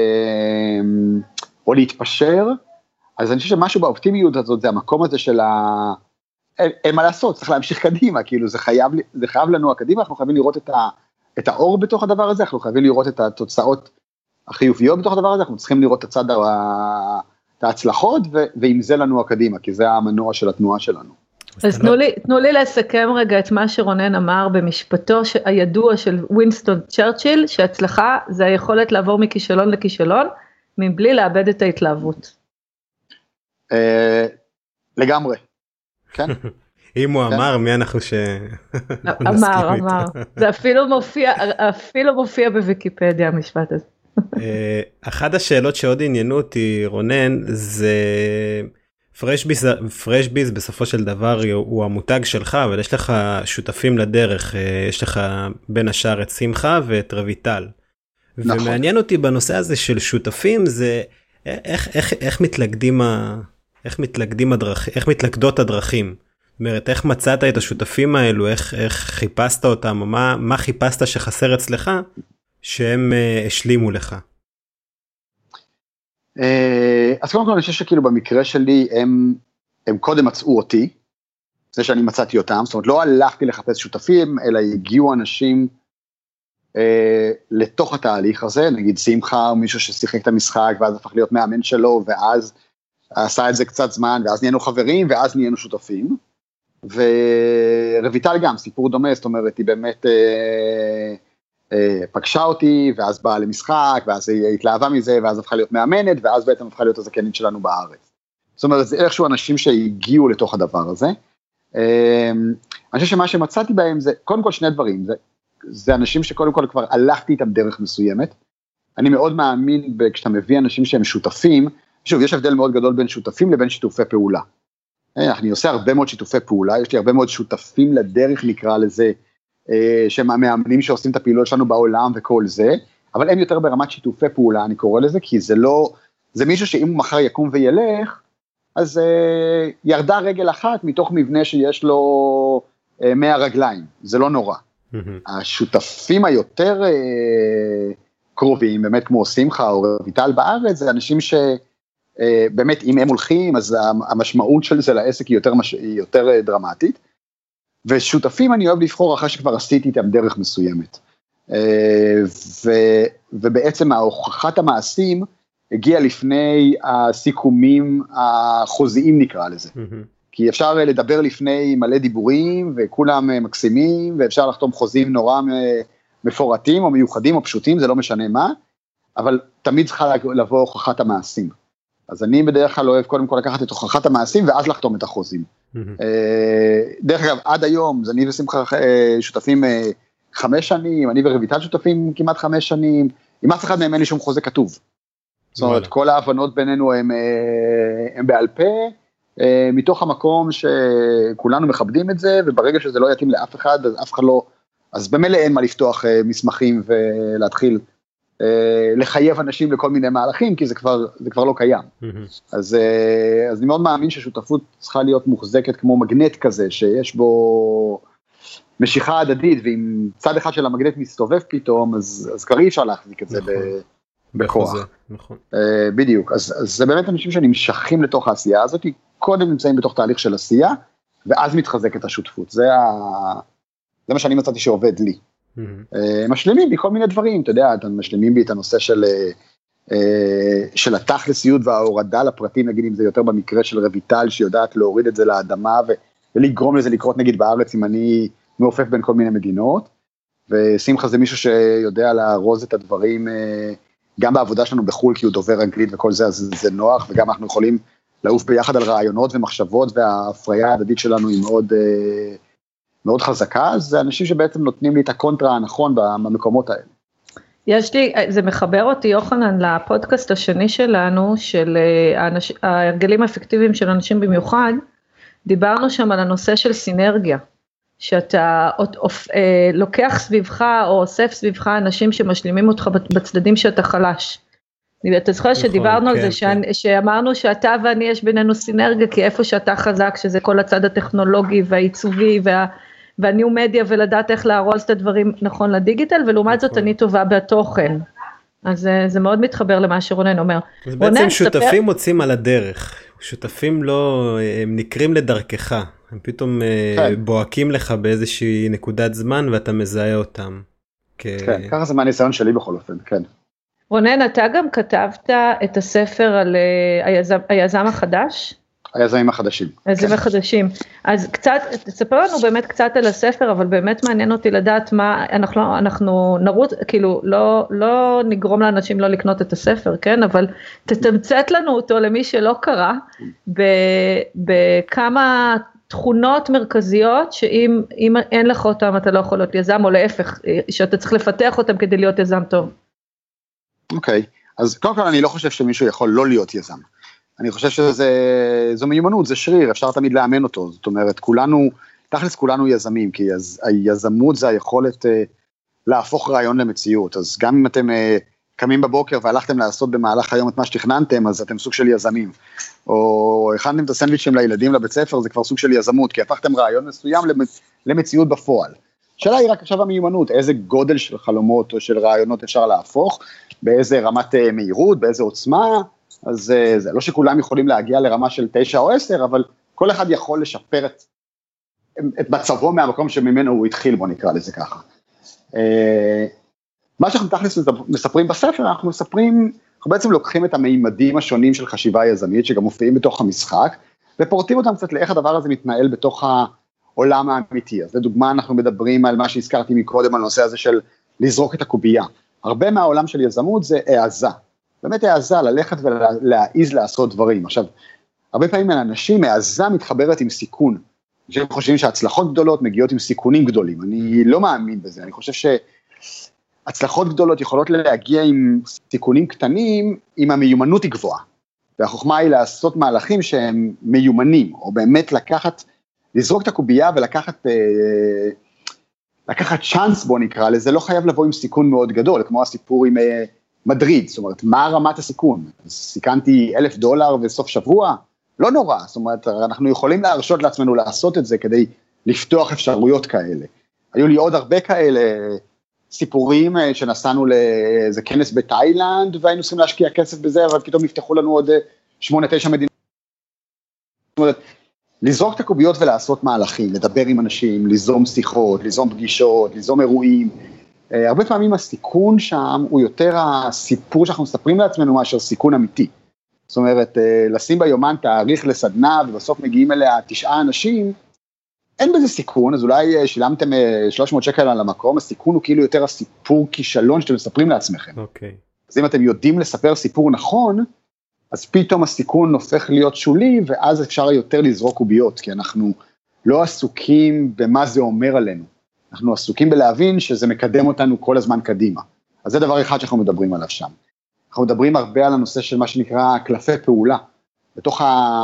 או להתפשר, אז אני חושב שמשהו באופטימיות הזאת, זה המקום הזה של ה... אין, אין מה לעשות, צריך להמשיך קדימה, כאילו זה חייב, זה חייב לנוע קדימה, אנחנו חייבים לראות את, ה, את האור בתוך הדבר הזה, אנחנו חייבים לראות את התוצאות החיוביות בתוך הדבר הזה, אנחנו צריכים לראות את הצד, ה, את ההצלחות, ו, ועם זה לנוע קדימה, כי זה המנוע של התנועה שלנו. אז תנו לי, תנו לי לסכם רגע את מה שרונן אמר במשפטו הידוע של ווינסטון צ'רצ'יל, שהצלחה זה היכולת לעבור מכישלון לכישלון, מבלי לאבד את ההתלהבות. לגמרי, כן? אם הוא אמר, מי אנחנו ש... אמר, אמר. זה אפילו מופיע, אפילו מופיע בוויקיפדיה המשפט הזה. אחת השאלות שעוד עניינו אותי, רונן, זה... פרשביז, פרשביז בסופו של דבר הוא המותג שלך, אבל יש לך שותפים לדרך, יש לך בין השאר את שמחה ואת רויטל. נכון. ומעניין אותי בנושא הזה של שותפים, זה איך, איך, איך מתלכדים ה... איך מתלכדים הדרכים, איך מתלכדות הדרכים? זאת אומרת, איך מצאת את השותפים האלו, איך, איך חיפשת אותם, מה, מה חיפשת שחסר אצלך, שהם uh, השלימו לך? Uh, אז קודם כל אני חושב שכאילו במקרה שלי, הם, הם קודם מצאו אותי, זה שאני מצאתי אותם, זאת אומרת, לא הלכתי לחפש שותפים, אלא הגיעו אנשים uh, לתוך התהליך הזה, נגיד שמחה, מישהו ששיחק את המשחק, ואז הפך להיות מאמן שלו, ואז עשה את זה קצת זמן, ואז נהיינו חברים, ואז נהיינו שותפים, ורויטל גם, סיפור דומה, זאת אומרת, היא באמת אה, אה, פגשה אותי, ואז באה למשחק, ואז היא התלהבה מזה, ואז הפכה להיות מאמנת, ואז בעצם הפכה להיות הזקנית שלנו בארץ. זאת אומרת, זה איכשהו אנשים שהגיעו לתוך הדבר הזה. אה, אני חושב שמה שמצאתי בהם זה, קודם כל שני דברים, זה, זה אנשים שקודם כל כבר הלכתי איתם דרך מסוימת, אני מאוד מאמין כשאתה מביא אנשים שהם שותפים, שוב, יש הבדל מאוד גדול בין שותפים לבין שיתופי פעולה. אני עושה הרבה מאוד שיתופי פעולה, יש לי הרבה מאוד שותפים לדרך, נקרא לזה, שהם המאמנים שעושים את הפעילות שלנו בעולם וכל זה, אבל הם יותר ברמת שיתופי פעולה, אני קורא לזה, כי זה לא, זה מישהו שאם הוא מחר יקום וילך, אז ירדה רגל אחת מתוך מבנה שיש לו מאה רגליים, זה לא נורא. השותפים היותר קרובים, באמת כמו שמחה או רויטל בארץ, זה אנשים שבאמת אם הם הולכים, אז המשמעות של זה לעסק היא יותר, היא יותר דרמטית, ושותפים אני אוהב לבחור אחרי שכבר עשיתי איתם דרך מסוימת, ו, ובעצם ההוכחת המעשים הגיע לפני הסיכומים החוזיים נקרא לזה, כי אפשר לדבר לפני מלא דיבורים וכולם מקסימים, ואפשר לחתום חוזים נורא מפורטים או מיוחדים או פשוטים, זה לא משנה מה, אבל תמיד צריכה לבוא הוכחת המעשים. אז אני בדרך כלל אוהב קודם כל לקחת את הוכחת המעשים ואז לחתום את החוזים. דרך אגב, עד היום, אז אני ושמחה שותפים חמש שנים, אני ורויטל שותפים כמעט חמש שנים, עם אף אחד מהם אין לי שום חוזה כתוב. זאת אומרת, כל ההבנות בינינו הם, הם בעל פה, מתוך המקום שכולנו מכבדים את זה, וברגע שזה לא יתאים לאף אחד, אז אף אחד לא, אז במילא אין מה לפתוח מסמכים ולהתחיל לחייב אנשים לכל מיני מהלכים, כי זה כבר, זה כבר לא קיים. אז, אז אני מאוד מאמין ששותפות צריכה להיות מוחזקת כמו מגנט כזה, שיש בו משיכה הדדית, ואם צד אחד של המגנט מסתובב פתאום, אז, אז כבר אי אפשר להחזיק את זה נכון. בכוח. בחוזה, נכון. בדיוק, אז, אז זה באמת אנשים שנמשכים לתוך העשייה הזאת, קודם נמצאים בתוך תהליך של עשייה, ואז מתחזק את השותפות. זה, ה... זה מה שאני מצאתי שעובד לי. משלימים בי כל מיני דברים, אתה יודע, אתם משלימים בי את הנושא של, של התכלסיות וההורדה לפרטים, נגיד אם זה יותר במקרה של רויטל, שיודעת להוריד את זה לאדמה, ולגרום לזה לקרות נגיד בארץ, אם אני מעופף בין כל מיני מדינות, ושמחה זה מישהו שיודע להרוז את הדברים, גם בעבודה שלנו בחול, כי הוא דובר אנגלית וכל זה, אז זה נוח, וגם אנחנו יכולים לעוף ביחד על רעיונות ומחשבות, וההפריה ההדדית שלנו היא מאוד... מאוד חזקה, אז זה אנשים שבעצם נותנים לי את הקונטרה הנכון במקומות האלה. יש לי, זה מחבר אותי יוחנן לפודקאסט השני שלנו, של האנש, ההרגלים האפקטיביים של אנשים במיוחד, דיברנו שם על הנושא של סינרגיה, שאתה לוקח סביבך או אוסף סביבך אנשים שמשלימים אותך בצדדים שאתה חלש. אתה זוכר שדיברנו על זה, שאמרנו שאתה ואני יש בינינו סינרגיה, כי איפה שאתה חזק, שזה כל הצד הטכנולוגי והעיצובי והניו מדיה, ולדעת איך להרוז את הדברים נכון לדיגיטל, ולעומת זאת אני טובה בתוכן. אז זה מאוד מתחבר למה שרונן אומר. אז בעצם שותפים מוצאים על הדרך, שותפים לא, הם נקרים לדרכך, הם פתאום בועקים לך באיזושהי נקודת זמן, ואתה מזהה אותם. כן, ככה זה מהניסיון שלי בכל אופן, כן. רונן, אתה גם כתבת את הספר על היזם, היזם החדש? היזמים החדשים. היזמים החדשים. אז קצת, תספר לנו באמת קצת על הספר, אבל באמת מעניין אותי לדעת מה, אנחנו, אנחנו נרוץ, כאילו, לא, לא נגרום לאנשים לא לקנות את הספר, כן? אבל תתמצת לנו אותו למי שלא קרא, בכמה תכונות מרכזיות, שאם אם אין לך אותם, אתה לא יכול להיות יזם, או להפך, שאתה צריך לפתח אותם כדי להיות יזם טוב. אוקיי, אז קודם כל אני לא חושב שמישהו יכול לא להיות יזם. אני חושב שזו מיומנות, זה שריר, אפשר תמיד לאמן אותו. זאת אומרת, כולנו, תכלס כולנו יזמים, כי היזמות זה היכולת להפוך רעיון למציאות. אז גם אם אתם קמים בבוקר והלכתם לעשות במהלך היום את מה שתכננתם, אז אתם סוג של יזמים. או הכנתם את הסנדוויצ'ים לילדים לבית ספר, זה כבר סוג של יזמות, כי הפכתם רעיון מסוים למציאות בפועל. השאלה היא רק עכשיו המיומנות, איזה גודל של חלומות או של רעיונות אפשר להפוך, באיזה רמת מהירות, באיזה עוצמה, אז זה לא שכולם יכולים להגיע לרמה של תשע או עשר, אבל כל אחד יכול לשפר את, את מצבו מהמקום שממנו הוא התחיל, בוא נקרא לזה ככה. מה שאנחנו תכלס מספרים בספר, אנחנו מספרים, אנחנו בעצם לוקחים את המימדים השונים של חשיבה יזמית, שגם מופיעים בתוך המשחק, ופורטים אותם קצת לאיך הדבר הזה מתנהל בתוך העולם האמיתי. אז לדוגמה אנחנו מדברים על מה שהזכרתי מקודם, על הנושא הזה של לזרוק את הקובייה. הרבה מהעולם של יזמות זה העזה. באמת העזה ללכת ולהעיז לעשות דברים. עכשיו, הרבה פעמים לאנשים העזה מתחברת עם סיכון. אנשים חושבים שהצלחות גדולות מגיעות עם סיכונים גדולים. אני לא מאמין בזה. אני חושב הצלחות גדולות יכולות להגיע עם סיכונים קטנים, אם המיומנות היא גבוהה, והחוכמה היא לעשות מהלכים שהם מיומנים, או באמת לקחת, לזרוק את הקובייה ולקחת, אה, לקחת צ'אנס בו נקרא לזה, לא חייב לבוא עם סיכון מאוד גדול, כמו הסיפור עם אה, מדריד, זאת אומרת, מה רמת הסיכון? סיכנתי אלף דולר וסוף שבוע, לא נורא, זאת אומרת, אנחנו יכולים להרשות לעצמנו לעשות את זה, כדי לפתוח אפשרויות כאלה. היו לי עוד הרבה כאלה סיפורים, שנסענו לאיזה כנס בתאילנד, והיינו צריכים להשקיע כסף בזה, אבל פתאום נפתחו לנו עוד שמונה, תשע מדינות. זאת אומרת, לזרוק את הקוביות ולעשות מהלכים, לדבר עם אנשים, ליזום שיחות, ליזום פגישות, ליזום אירועים. הרבה פעמים הסיכון שם הוא יותר הסיפור שאנחנו מספרים לעצמנו מאשר סיכון אמיתי. זאת אומרת, לשים ביומן תאריך לסדנה, ובסוף מגיעים אליה תשעה אנשים, אין בזה סיכון, אז אולי שילמתם שלוש מאות שקל על המקום, הסיכון הוא כאילו יותר הסיפור כישלון שאתם מספרים לעצמכם. אוקיי. אז אם אתם יודעים לספר סיפור נכון, אז פתאום הסיכון הופך להיות שולי, ואז אפשר יותר לזרוק קוביות, כי אנחנו לא עסוקים במה זה אומר עלינו. אנחנו עסוקים בלהבין שזה מקדם אותנו כל הזמן קדימה. אז זה דבר אחד שאנחנו מדברים עליו שם. אנחנו מדברים הרבה על הנושא של מה שנקרא קלפי פעולה. בתוך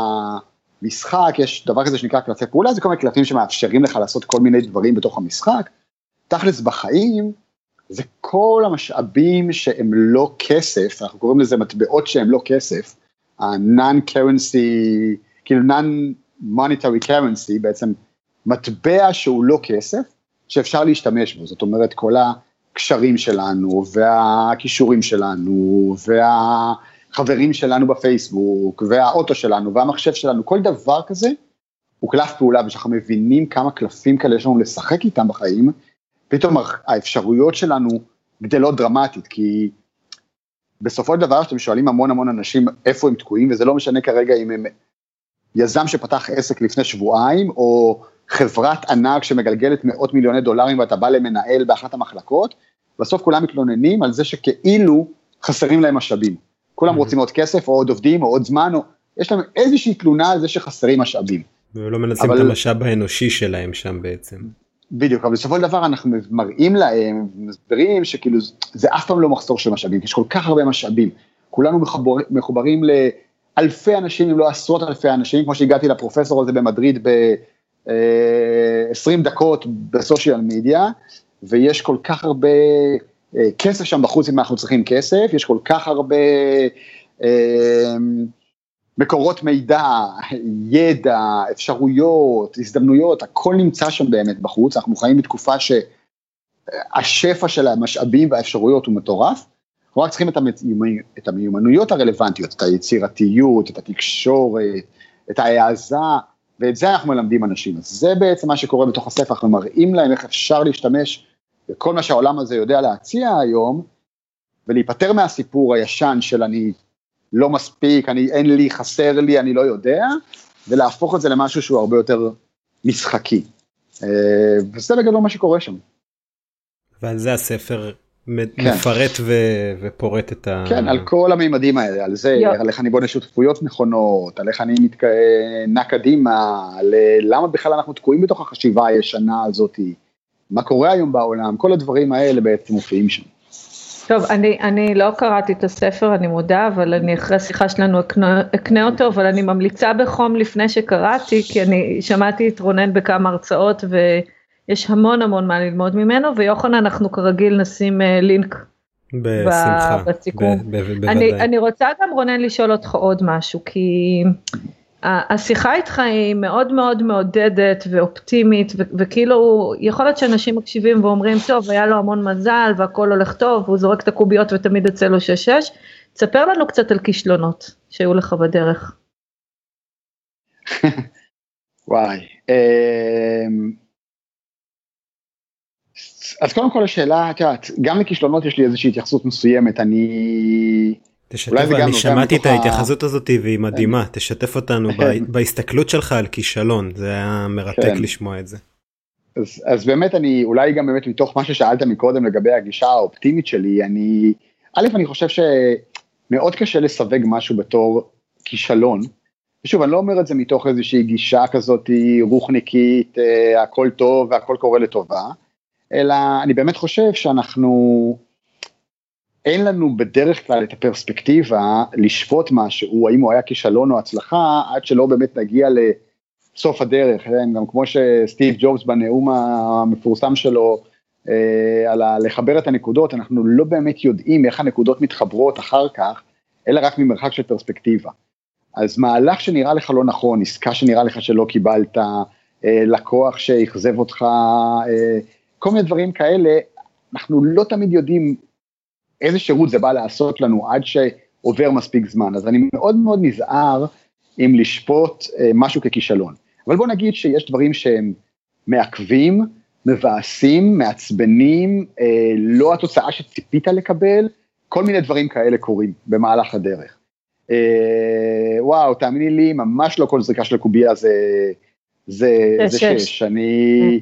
המשחק יש דבר כזה שנקרא קלפי פעולה, זה כל מיני קלפים שמאפשרים לך לעשות כל מיני דברים בתוך המשחק. תכלס בחיים, זה כל המשאבים שהם לא כסף, אנחנו קוראים לזה מטבעות שהם לא כסף, ה-non-currency, כאילו non-monetary currency, בעצם מטבע שהוא לא כסף, שאפשר להשתמש בו, זאת אומרת כל הקשרים שלנו, והכישורים שלנו, והחברים שלנו בפייסבוק, והאוטו שלנו, והמחשב שלנו, כל דבר כזה, הוא קלף פעולה, ושאנחנו מבינים כמה קלפים כאלה יש לנו לשחק איתם בחיים, פתאום האפשרויות שלנו גדלות דרמטית, כי בסופו של דבר שאתם שואלים המון המון אנשים איפה הם תקועים, וזה לא משנה כרגע אם הם יזם שפתח עסק לפני שבועיים, או חברת ענק שמגלגלת מאות מיליוני דולרים, ואתה בא למנהל באחת המחלקות, בסוף כולם מתלוננים על זה שכאילו חסרים להם משאבים. כולם רוצים עוד כסף, או עוד עובדים, או עוד זמן, או יש להם איזושהי תלונה על זה שחסרים משאבים. ולא מנסים אבל... את המשאב האנושי שלהם שם בעצם. בדיוק, אבל בסופו של דבר אנחנו מראים להם, מסבירים שכאילו זה אף פעם לא מחסור של משאבים, כי יש כל כך הרבה משאבים, כולנו מחובר, מחוברים לאלפי אנשים, אם לא עשרות אלפי אנשים, כמו שהגעתי לפרופסור הזה במדריד ב-עשרים דקות בסושיאל מדיה, ויש כל כך הרבה כסף שם בחוץ אם אנחנו צריכים כסף, יש כל כך הרבה מקורות מידע, ידע, אפשרויות, הזדמנויות, הכל נמצא שם באמת בחוץ, אנחנו חיים בתקופה שהשפע של המשאבים והאפשרויות הוא מטורף, אנחנו רק צריכים את המיומנויות הרלוונטיות, את היצירתיות, את התקשורת, את ההעזה, ואת זה אנחנו מלמדים אנשים, אז זה בעצם מה שקורה בתוך הספר, אנחנו מראים להם איך אפשר להשתמש בכל מה שהעולם הזה יודע להציע היום, ולהיפטר מהסיפור הישן של אני לא מספיק, אני, אין לי, חסר לי, אני לא יודע, ולהפוך את זה למשהו שהוא הרבה יותר משחקי. וזה בגדול מה שקורה שם. ועל זה הספר מפרט ו- ופורט את ה... כן, על כל המימדים האלה, על זה, על איך אני בונה שותפויות נכונות, על איך אני נע קדימה, על למה בכלל אנחנו תקועים בתוך החשיבה הישנה הזאת, מה קורה היום בעולם, כל הדברים האלה בעצם מופיעים שם. טוב, אני, אני לא קראתי את הספר, אני מודה, אבל אני אחרי שיחה שלנו אקנה, אקנה אותו, אבל אני ממליצה בחום לפני שקראתי, כי אני שמעתי את רונן בכמה הרצאות, ויש המון המון מה ללמוד ממנו, ויוחנן אנחנו כרגיל נשים לינק בשמחה, בסיכום. ב- ב- ב- אני, אני רוצה גם רונן לשאול אותך עוד משהו, כי השיחה איתך היא מאוד מאוד מעודדת ואופטימית, ו- וכאילו יכול להיות שאנשים מקשיבים ואומרים, טוב, היה לו המון מזל והכל הולך טוב, והוא זורק את הקוביות ותמיד יצא לו שש שש, תספר לנו קצת על כישלונות שהיו לך בדרך. וואי, אז קודם כל השאלה, גם לכישלונות יש לי איזושהי התייחסות מסוימת, אני... תשתף, אני שמעתי את ההתייחסות הזאת והיא מדהימה, תשתף אותנו בהסתכלות שלך על כישלון, זה היה מרתק לשמוע את זה. אז באמת אני, אולי גם באמת מתוך מה ששאלת מקודם לגבי הגישה האופטימית שלי, אני, א', אני חושב שמאוד קשה לסווג משהו בתור כישלון, ושוב, אני לא אומר את זה מתוך איזושהי גישה כזאת רוחניקית, הכל טוב והכל קורה לטובה, אלא אני באמת חושב שאנחנו... אין לנו בדרך כלל את הפרספקטיבה לשפוט משהו, האם הוא היה כישלון או הצלחה, עד שלא באמת נגיע לסוף הדרך, גם כמו שסטיב ג'ובס בנאום המפורסם שלו, על לחבר את הנקודות, אנחנו לא באמת יודעים איך הנקודות מתחברות אחר כך, אלא רק ממרחק של פרספקטיבה. אז מהלך שנראה לך לא נכון, עסקה שנראה לך שלא קיבלת, לקוח שיחזב אותך, כל מיני דברים כאלה, אנחנו לא תמיד יודעים איזה שירות זה בא לעשות לנו עד שעובר מספיק זמן, אז אני מאוד מאוד נזהר אם לשפוט משהו ככישלון. אבל בוא נגיד שיש דברים שהם מעכבים, מבאסים, מעצבנים, לא התוצאה שציפית לקבל, כל מיני דברים כאלה קורים במהלך הדרך. וואו, תאמיני לי, ממש לא כל זריקה של הקובייה זה, זה, זה שש. אני,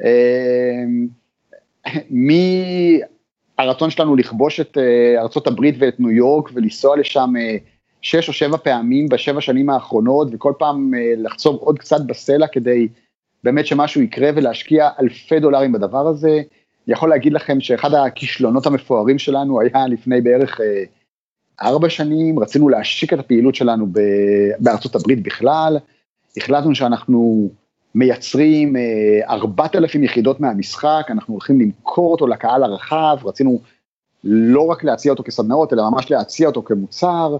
מי... הרצון שלנו לכבוש את ארצות הברית ואת ניו יורק, ולנסוע לשם שש או שבע פעמים בשבע שנים האחרונות, וכל פעם לחצוב עוד קצת בסלע, כדי באמת שמשהו יקרה, ולהשקיע אלפי דולרים בדבר הזה. אני יכול להגיד לכם שאחד הכישלונות המפוארים שלנו, היה לפני בערך ארבע שנים, רצינו להשיק את הפעילות שלנו בארצות הברית בכלל, החלטנו שאנחנו מייצרים ארבעת אלפים יחידות מהמשחק, אנחנו הולכים למכור אותו לקהל הרחב, רצינו לא רק להציע אותו כסדנאות, אלא ממש להציע אותו כמוצר,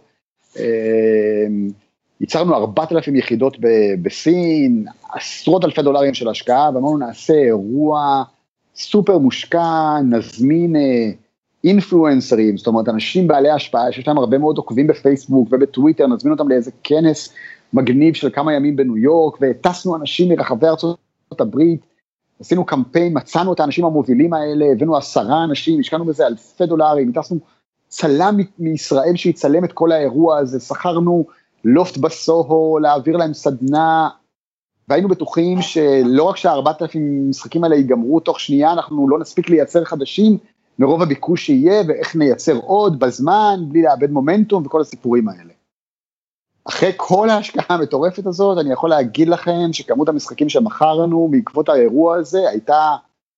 ייצרנו ארבעת אלפים יחידות בסין, עשרות אלפי דולרים של השקעה, ואמרנו נעשה אירוע סופר מושקע, נזמין אינפלואנסרים, זאת אומרת אנשים בעלי השפעה, שיש להם הרבה מאוד עוקבים בפייסבוק ובטוויטר, נזמין אותם לאיזה כנס מגניב של כמה ימים בניו יורק, וטסנו אנשים מרחבי ארצות הברית, עשינו קמפיין, מצאנו את האנשים המובילים האלה, הבאנו עשרה אנשים, השקענו בזה אלפי דולרים, טסנו צלם מישראל שיצלם את כל האירוע הזה, שכרנו לופט בסוהו, להעביר להם סדנה, והיינו בטוחים שלא רק שהארבעת אלפים משחקים האלה ייגמרו תוך שנייה, אנחנו לא נספיק לייצר חדשים, מרוב הביקוש שיהיה, ואיך נייצר עוד בזמן, בלי לאבד מומנטום וכל הסיפורים האלה. אחרי כל ההשקעה המטורפת הזאת, אני יכול להגיד לכם שכמות המשחקים שמכרנו בעקבות האירוע הזה, הייתה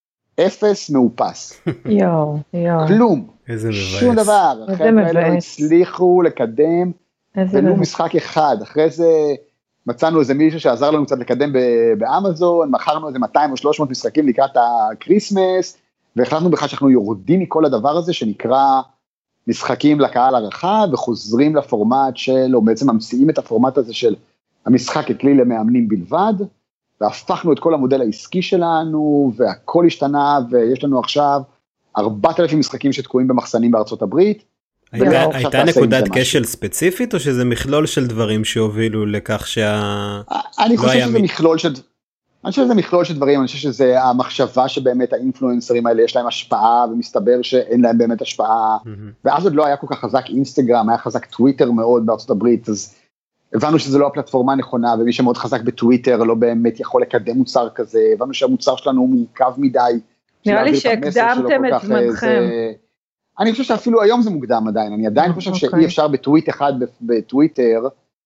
אפס מאופס. יואו, יואו. כלום. איזה מבאס. שום דבר. אחרי כאלה לא הצליחו לקדם, ולו משחק אחד. אחרי זה מצאנו איזה מישהו שעזר לנו קצת לקדם באמזון, מכרנו איזה מאתיים או שלוש מאות משחקים לקראת הקריסמס, והחלטנו בכלל שאנחנו יורדים מכל הדבר הזה, שנקרא משחקים לקהל הרחב, וחוזרים לפורמט של, או בעצם ממציאים את הפורמט הזה של המשחק ככלי למאמנים בלבד, והפכנו את כל המודל העסקי שלנו, והכל השתנה, ויש לנו עכשיו ארבעת אלפים משחקים שתקועים במחסנים בארצות הברית. הייתה נקודת כשל ספציפית, או שזה מכלול של דברים שהובילו לכך שה... אני חושב שזה מכלול של... אני חושב שזה מכלול של דברים, אני חושב שזה המחשבה שבאמת האינפלואנסרים האלה יש להם השפעה, ומסתבר שאין להם באמת השפעה, ואז עוד לא היה כל כך חזק אינסטגרם, היה חזק טוויטר מאוד בארצות הברית, אז הבנו שזה לא הפלטפורמה הנכונה, ומי שמאוד חזק בטוויטר לא באמת יכול לקדם מוצר כזה, הבנו שהמוצר שלנו הוא מורכב מדי. נראה לי שהקדמתם את זמנכם. אני חושב שאפילו היום זה מוקדם עדיין, אני עדיין חושב שאי אפשר בטוויט אחד בטוויטר,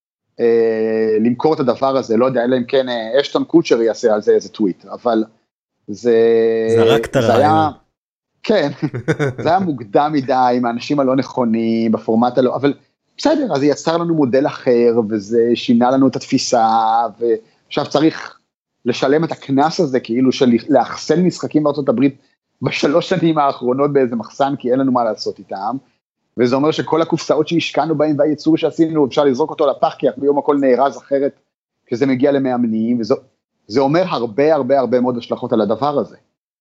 למכור את הדבר הזה, לא יודע, אלא אם כן אשטון קוצ'ר יעשה על זה איזה טוויט, אבל זה... זרק את הרעיון. כן, זה היה מוקדם מדי, עם האנשים הלא נכונים, בפורמט הלא, אבל בסדר, אז זה יצר לנו מודל אחר, וזה שינה לנו את התפיסה, ועכשיו צריך לשלם את הכנס הזה, כאילו של לאחסן משחקים בארצות הברית, בשלוש שנים האחרונות באיזה מחסן, כי אין לנו מה לעשות איתם, וזה אומר שכל הקופסאות שהשקענו בהם והייצור שעשינו, אפשר לזרוק אותו לפח, כי ביום הכל נארז אחרת, כשזה מגיע למאמנים, וזה אומר הרבה הרבה הרבה מאוד השלכות על הדבר הזה.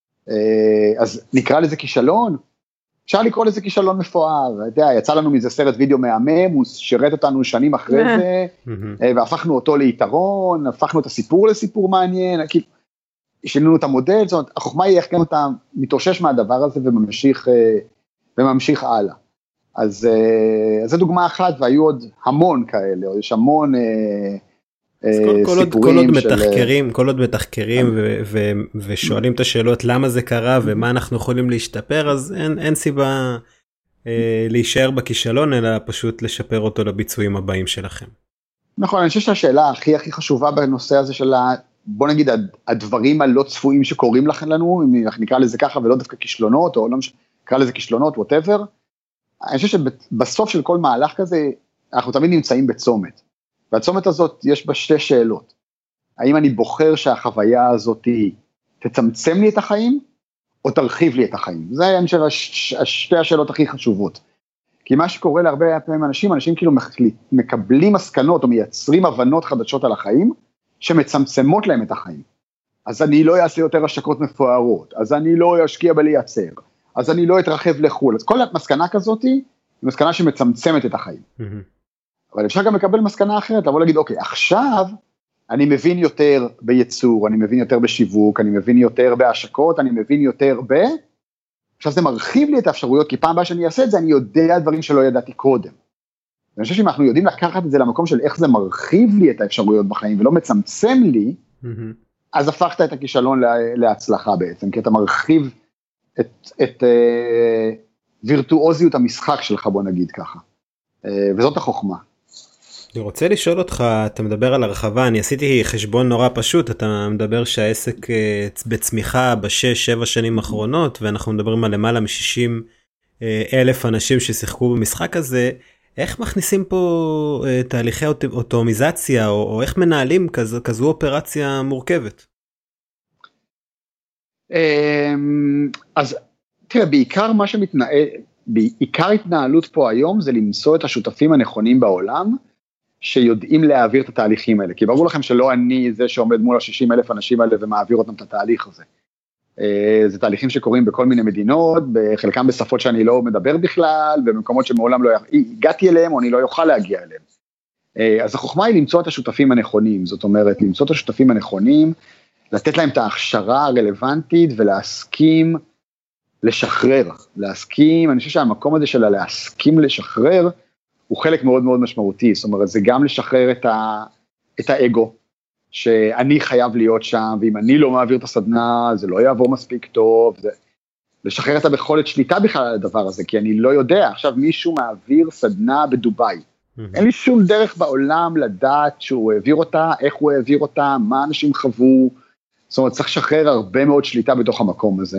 אז נקרא לזה כישלון, אפשר לקרוא לזה כישלון מפואר, אתה יודע, יצא לנו מזה סרט וידאו מהמם, הוא שירת אותנו שנים אחרי זה, והפכנו אותו ליתרון, הפכנו את הסיפור לסיפור מעניין, כאילו, שינינו את המודל, זאת אומרת, החוכמה היא איך גם אתה מתאושש מהדבר הזה, וממשיך, וממשיך הלאה. אז, אז זו דוגמה אחת, והיו עוד המון כאלה, יש המון סיפורים כל, כל עוד של... מתחקרים, כל עוד מתחקרים ו- ו- ושואלים את השאלות למה זה קרה ומה אנחנו יכולים להשתפר, אז אין, אין סיבה אה, להישאר בכישלון, אלא פשוט לשפר אותו לביצועים הבאים שלכם. נכון, אני חושב שהשאלה הכי הכי חשובה בנושא הזה של, בוא נגיד, הדברים הלא צפויים שקורים לכם לנו, אם נקרא לזה ככה, ולא דווקא כישלונות, או לא נקרא לזה כישלונות, whatever, אני חושב שבסוף של כל מהלך כזה, אנחנו תמיד נמצאים בצומת, והצומת הזאת יש בה שתי שאלות, האם אני בוחר שהחוויה הזאת תצמצם לי את החיים, או תרחיב לי את החיים, זה אני חושב שתי השאלות הכי חשובות, כי מה שקורה להרבה פעמים אנשים, אנשים כאילו מקבלים מסקנות, או מייצרים הבנות חדשות על החיים, שמצמצמות להם את החיים, אז אני לא אעשה יותר השקות מפוארות, אז אני לא אשקיע בלייצר, אז אני לא אתרחב לחול, אז כל המסקנה כזאת היא מסקנה שמצמצמת את החיים. Mm-hmm. אבל אפשר גם לקבל מסקנה אחרת, לבוא להגיד, אוקיי, עכשיו אני מבין יותר בייצור, אני מבין יותר בשיווק, אני מבין יותר בהשקות, אני מבין יותר ב... עכשיו זה מרחיב לי את האפשרויות, כי פעם הבאה שאני אעשה את זה, אני יודע דברים שלא ידעתי קודם. ואני חושב שאם אנחנו יודעים לקחת את זה למקום של איך זה מרחיב לי את האפשרויות בחיים, ולא מצמצם לי, mm-hmm. אז הפכת את הכישלון להצלחה בעצם, כי אתה מרחיב את, את אה, וירטואוזיות המשחק שלך, בוא נגיד ככה, אה, וזאת החוכמה. אני רוצה לשאול אותך, אתה מדבר על הרחבה, אני עשיתי חשבון נורא פשוט, אתה מדבר שהעסק אה, בצמיחה בשש, שבע שנים האחרונות, ואנחנו מדברים על למעלה מ-שישים אלף אנשים ששיחקו במשחק הזה, איך מכניסים פה אה, תהליכי אוט, אוטומיזציה, או, או איך מנהלים כזו, כזו אופרציה מורכבת? אז תראה, בעיקר מה שמתנהל, בעיקר התנהלות פה היום זה למצוא את השותפים הנכונים בעולם, שיודעים להעביר את התהליכים האלה, כי ברור לכם שלא אני זה שעומד מול ה-שישים אלף אנשים האלה ומעביר אותם את התהליך הזה. זה תהליכים שקורים בכל מיני מדינות, בחלקם בשפות שאני לא מדבר בכלל, במקומות שמעולם לא הגעתי אליהם או אני לא יוכל להגיע אליהם. אז החוכמה היא למצוא את השותפים הנכונים, זאת אומרת, למצוא את השותפים הנכונים, לתת להם את ההכשרה הרלוונטית ולהסכים לשחרר, להסכים, אני חושב שהמקום הזה של להסכים לשחרר, הוא חלק מאוד מאוד משמעותי, זאת אומרת, זה גם לשחרר את, ה, את האגו, שאני חייב להיות שם, ואם אני לא מעביר את הסדנה, זה לא יעבור מספיק טוב, זה, לשחרר את היכולת שליטה בכלל על הדבר הזה, כי אני לא יודע, עכשיו מישהו מעביר סדנה בדוביי, mm-hmm. אין לי שום דרך בעולם לדעת שהוא העביר אותה, איך הוא העביר אותה, מה אנשים חוו, זאת אומרת, צריך לשחרר הרבה מאוד שליטה בתוך המקום הזה,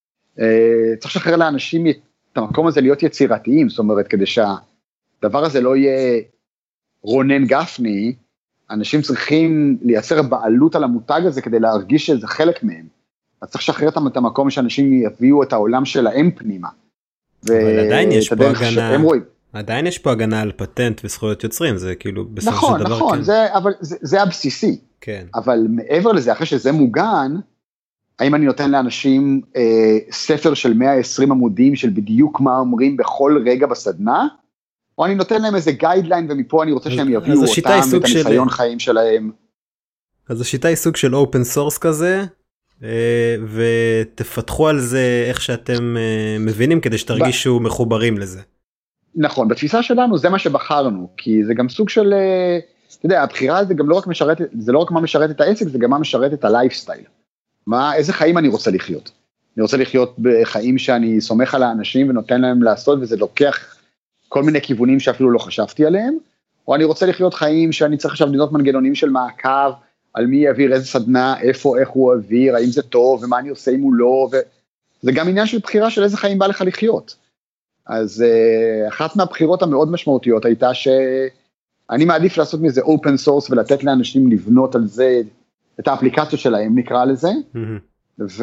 צריך לשחרר לאנשים את המקום הזה להיות יצירתיים, זאת אומרת, כדי שהדבר הזה לא יהיה רונן גפני, אנשים צריכים לייצר בעלות על המותג הזה, כדי להרגיש שזה חלק מהם, אז צריך לשחרר את המקום שאנשים יביאו את העולם שלהם פנימה. אבל עדיין יש פה הגנה, עדיין יש פה הגנה על פטנט וזכויות יוצרים, זה כאילו בסוף של דבר. נכון, נכון, זה, אבל זה, זה הבסיסי. כן. אבל מעבר לזה, אחרי שזה מוגן, האם אני נותן לאנשים אה, ספר של מאה ועשרים עמודים, של בדיוק מה אומרים בכל רגע בסדנה, או אני נותן להם איזה גיידליין, ומפה אני רוצה שהם יביאו אותם, את הניסיון של... חיים שלהם. אז השיטה היא סוג של אופן סורס כזה, אה, ותפתחו על זה איך שאתם אה, מבינים, כדי שתרגישו ב... מחוברים לזה. נכון, בתפיסה שלנו זה מה שבחרנו, כי זה גם סוג של... אה, אתה יודע, הבחירה זה גם לא רק משרת, זה לא רק מה משרת את העסק, זה גם מה משרת את הלייפסטייל. מה, איזה חיים אני רוצה לחיות? אני רוצה לחיות בחיים שאני סומך על האנשים ונותן להם לעשות, וזה לוקח כל מיני כיוונים שאפילו לא חשבתי עליהם, או אני רוצה לחיות חיים שאני צריך עכשיו לבנות מנגנונים של מעקב, על מי יעביר איזה סדנה, איפה, איך הוא יעביר, האם זה טוב, ומה אני עושה אם הוא לא, וזה גם עניין של בחירה של איזה חיים בא לך לחיות. אז אחת מהבחירות המאוד משמעותיות הייתה ש... אני מעדיף לעשות מזה אופן סורס, ולתת לאנשים לבנות על זה, את האפליקציות שלהם נקרא לזה, mm-hmm. ו...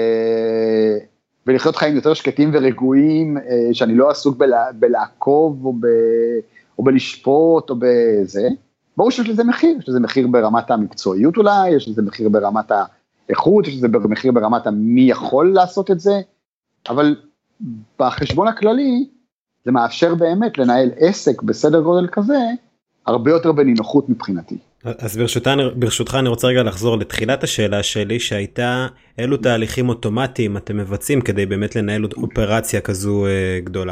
ולחיות חיים יותר שקטים ורגועים, שאני לא עסוק בלה... בלעקוב, או, ב... או בלשפוט, או בזה, ברור שיש לזה מחיר, יש לזה מחיר ברמת המקצועיות אולי, יש לזה מחיר ברמת האיכות, יש לזה מחיר ברמת מי יכול לעשות את זה, אבל בחשבון הכללי, זה מאפשר באמת לנהל עסק בסדר גודל כזה, הרבה יותר בנינוחות מבחינתי. אז ברשותך, ברשותך אני רוצה רגע לחזור לתחילת השאלה שלי, שהייתה, אילו תהליכים אוטומטיים אתם מבצעים, כדי באמת לנהל אופרציה כזו אה, גדולה?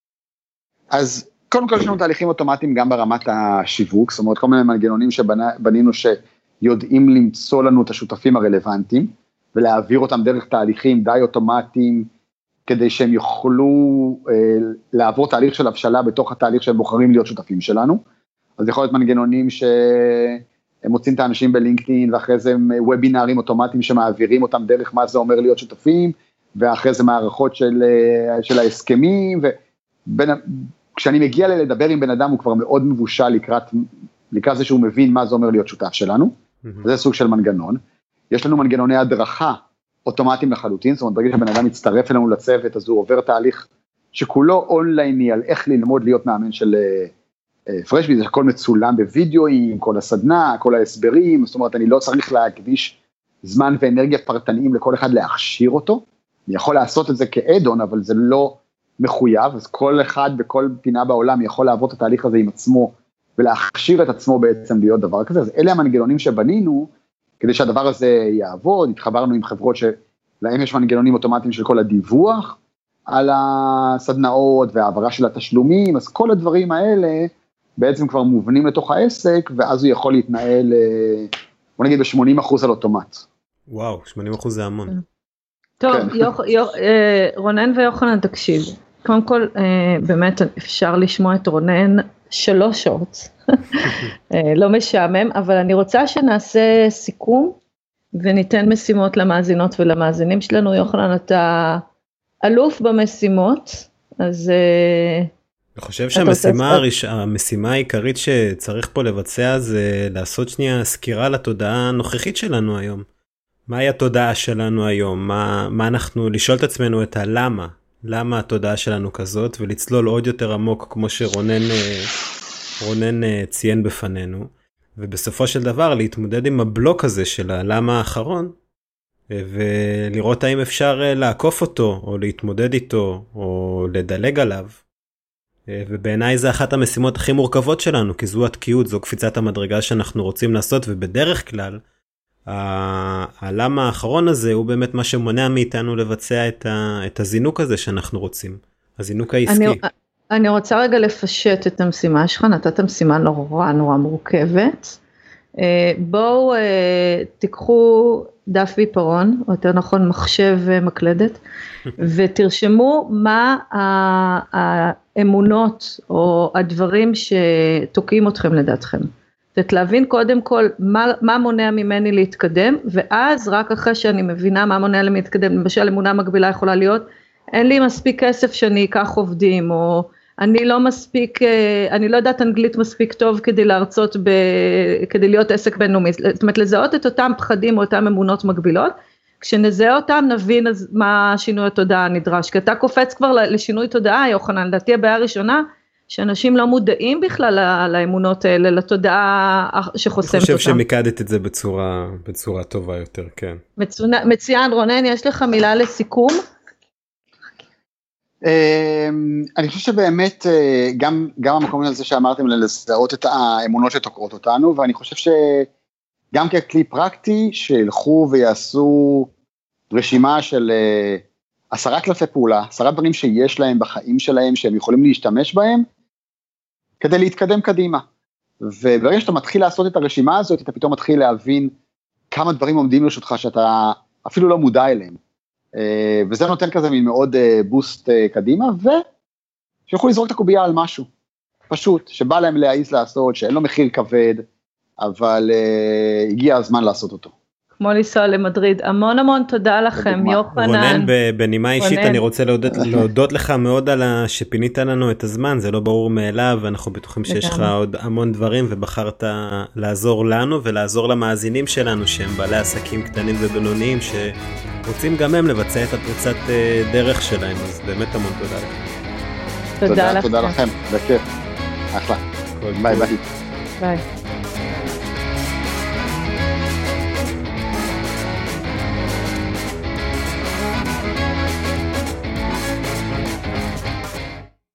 אז קודם כל יש לנו תהליכים אוטומטיים גם ברמת השיווק, זאת אומרת כל מיני מנגנונים שבנינו שיודעים למצוא לנו את השותפים הרלוונטיים, ולהעביר אותם דרך תהליכים די אוטומטיים, כדי שהם יוכלו אה, לעבור תהליך של הבשלה בתוך התהליך שהם בוחרים להיות שותפים שלנו, אז יכול להיות מנגנונים שהם מוצאים את האנשים בלינקדאין, ואחרי זה הם וובינרים אוטומטיים שמעבירים אותם דרך מה זה אומר להיות שותפים, ואחרי זה מערכות של, של ההסכמים, בין, כשאני מגיע לדבר עם בן אדם, הוא כבר מאוד מבושל לקראת, לקראת זה שהוא מבין מה זה אומר להיות שותף שלנו, mm-hmm. זה סוג של מנגנון. יש לנו מנגנוני הדרכה אוטומטיים לחלוטין, זאת אומרת, ברגע שבן אדם מצטרף אלינו לצוות, אז הוא עובר תהליך שכולו אונלייני על איך ללמוד להיות מאמן של פרשבי, זה הכל מצולם בווידאוים, כל הסדנה, כל ההסברים, זאת אומרת, אני לא צריך להקדיש זמן ואנרגיה פרטניים לכל אחד להכשיר אותו, אני יכול לעשות את זה כאדון, אבל זה לא מחויב, אז כל אחד בכל פינה בעולם יכול לעבור את התהליך הזה עם עצמו, ולהכשיר את עצמו בעצם להיות דבר כזה, אז אלה המנגנונים שבנינו, כדי שהדבר הזה יעבוד, התחברנו עם חברות שלהם יש מנגנונים אוטומטיים של כל הדיווח, על הסדנאות והעברה של התשלומים, אז כל הדברים האלה בעצם כבר מובנים לתוך העסק, ואז הוא יכול להתנהל, בוא נגיד, ב-שמונים אחוז על אוטומט. וואו, שמונים אחוז זה המון. טוב, רונן ויוחנן, תקשיב. קודם כל, באמת אפשר לשמוע את רונן שלוש שעות. לא משעמם, אבל אני רוצה שנעשה סיכום, וניתן משימות למאזינות ולמאזינים שלנו. יוחנן, אתה אלוף במשימות, אז... אני חושב שהמשימה המשימה העיקרית שצריך פה לבצע, זה לעשות שנייה סקירה לתודעה הנוכחית שלנו היום. מהי התודעה שלנו היום? מה, מה אנחנו, לשאול את עצמנו את הלמה, למה התודעה שלנו כזאת, ולצלול עוד יותר עמוק, כמו שרונן רונן ציין בפנינו, ובסופו של דבר להתמודד עם הבלוק הזה של הלמה האחרון, ולראות האם אפשר לעקוף אותו, או להתמודד איתו, או לדלג עליו. ובעיניי זה אחת המשימות הכי מורכבות שלנו, כי זו התקיעות, זו קפיצת המדרגה שאנחנו רוצים לעשות, ובדרך כלל, הלמה האחרון הזה הוא באמת מה שמונע מאיתנו לבצע את, ה, את הזינוק הזה שאנחנו רוצים, הזינוק העסקי. אני, אני רוצה רגע לפשט את המשימה שלך, נתת משימה נורא נורא מורכבת. בואו תיקחו דף ועיפרון, או יותר נכון מחשב ומקלדת, ותרשמו מה האמונות או הדברים שתוקעים אתכם לדעתכם. זאת להבין קודם כל מה, מה מונע ממני להתקדם, ואז רק אחרי שאני מבינה מה מונע לי להתקדם, למשל אמונה מגבילה יכולה להיות, אין לי מספיק כסף שאני אקח עובדים, או אני לא מספיק, אני לא יודעת אנגלית מספיק טוב כדי להרצות, ב, כדי להיות עסק בינלאומי, זאת אומרת לזהות את אותם פחדים או אותם אמונות מגבילות, כשנזהה אותם נבין אז מה שינוי התודעה הנדרש, כי אתה קופץ כבר לשינוי תודעה, יוחנן, לדעתי הבעיה הראשונה, שאנשים לא מודעים בכלל לאמונות האלה, לתודעה שחוסמת אותם. אני חושב שמיקדת את זה בצורה, בצורה טובה יותר, כן. מצוין, מצוין, רונן, יש לך מילה לסיכום? אני חושב שבאמת, גם, גם המקום הזה שאמרתם לזהות את האמונות שתוקעות אותנו, ואני חושב שגם ככלי פרקטי, שילכו ויעשו רשימה של עשרה קלפי פעולה, עשרה דברים שיש להם בחיים שלהם, שהם יכולים להשתמש בהם, כדי להתקדם קדימה. וברגע שאתה מתחיל לעשות את הרשימה הזאת, אתה פתאום מתחיל להבין כמה דברים עומדים לרשותך, שאתה אפילו לא מודע אליהם. וזה נותן כזה מין מאוד בוסט קדימה, ושיוכלו לזרוק את הקובייה על משהו. פשוט, שבא להם להעיז לעשות, שאין לו מחיר כבד, אבל הגיע הזמן לעשות אותו. כמו לנסוע למדריד, המון המון תודה לכם, יוחנן. רונן, בנימה אישית אני רוצה להודות, להודות לך מאוד על שפינית לנו את הזמן, זה לא ברור מאליו, ואנחנו בטוחים שיש לך עוד המון דברים, ובחרת לעזור לנו ולעזור למאזינים שלנו, שהם בעלי עסקים קטנים ובינוניים, שרוצים גם הם לבצע את הפריצת דרך שלהם, אז באמת המון תודה לכם. תודה לכם. תודה לכם, בכיף, אחלה. ביי ביי. ביי.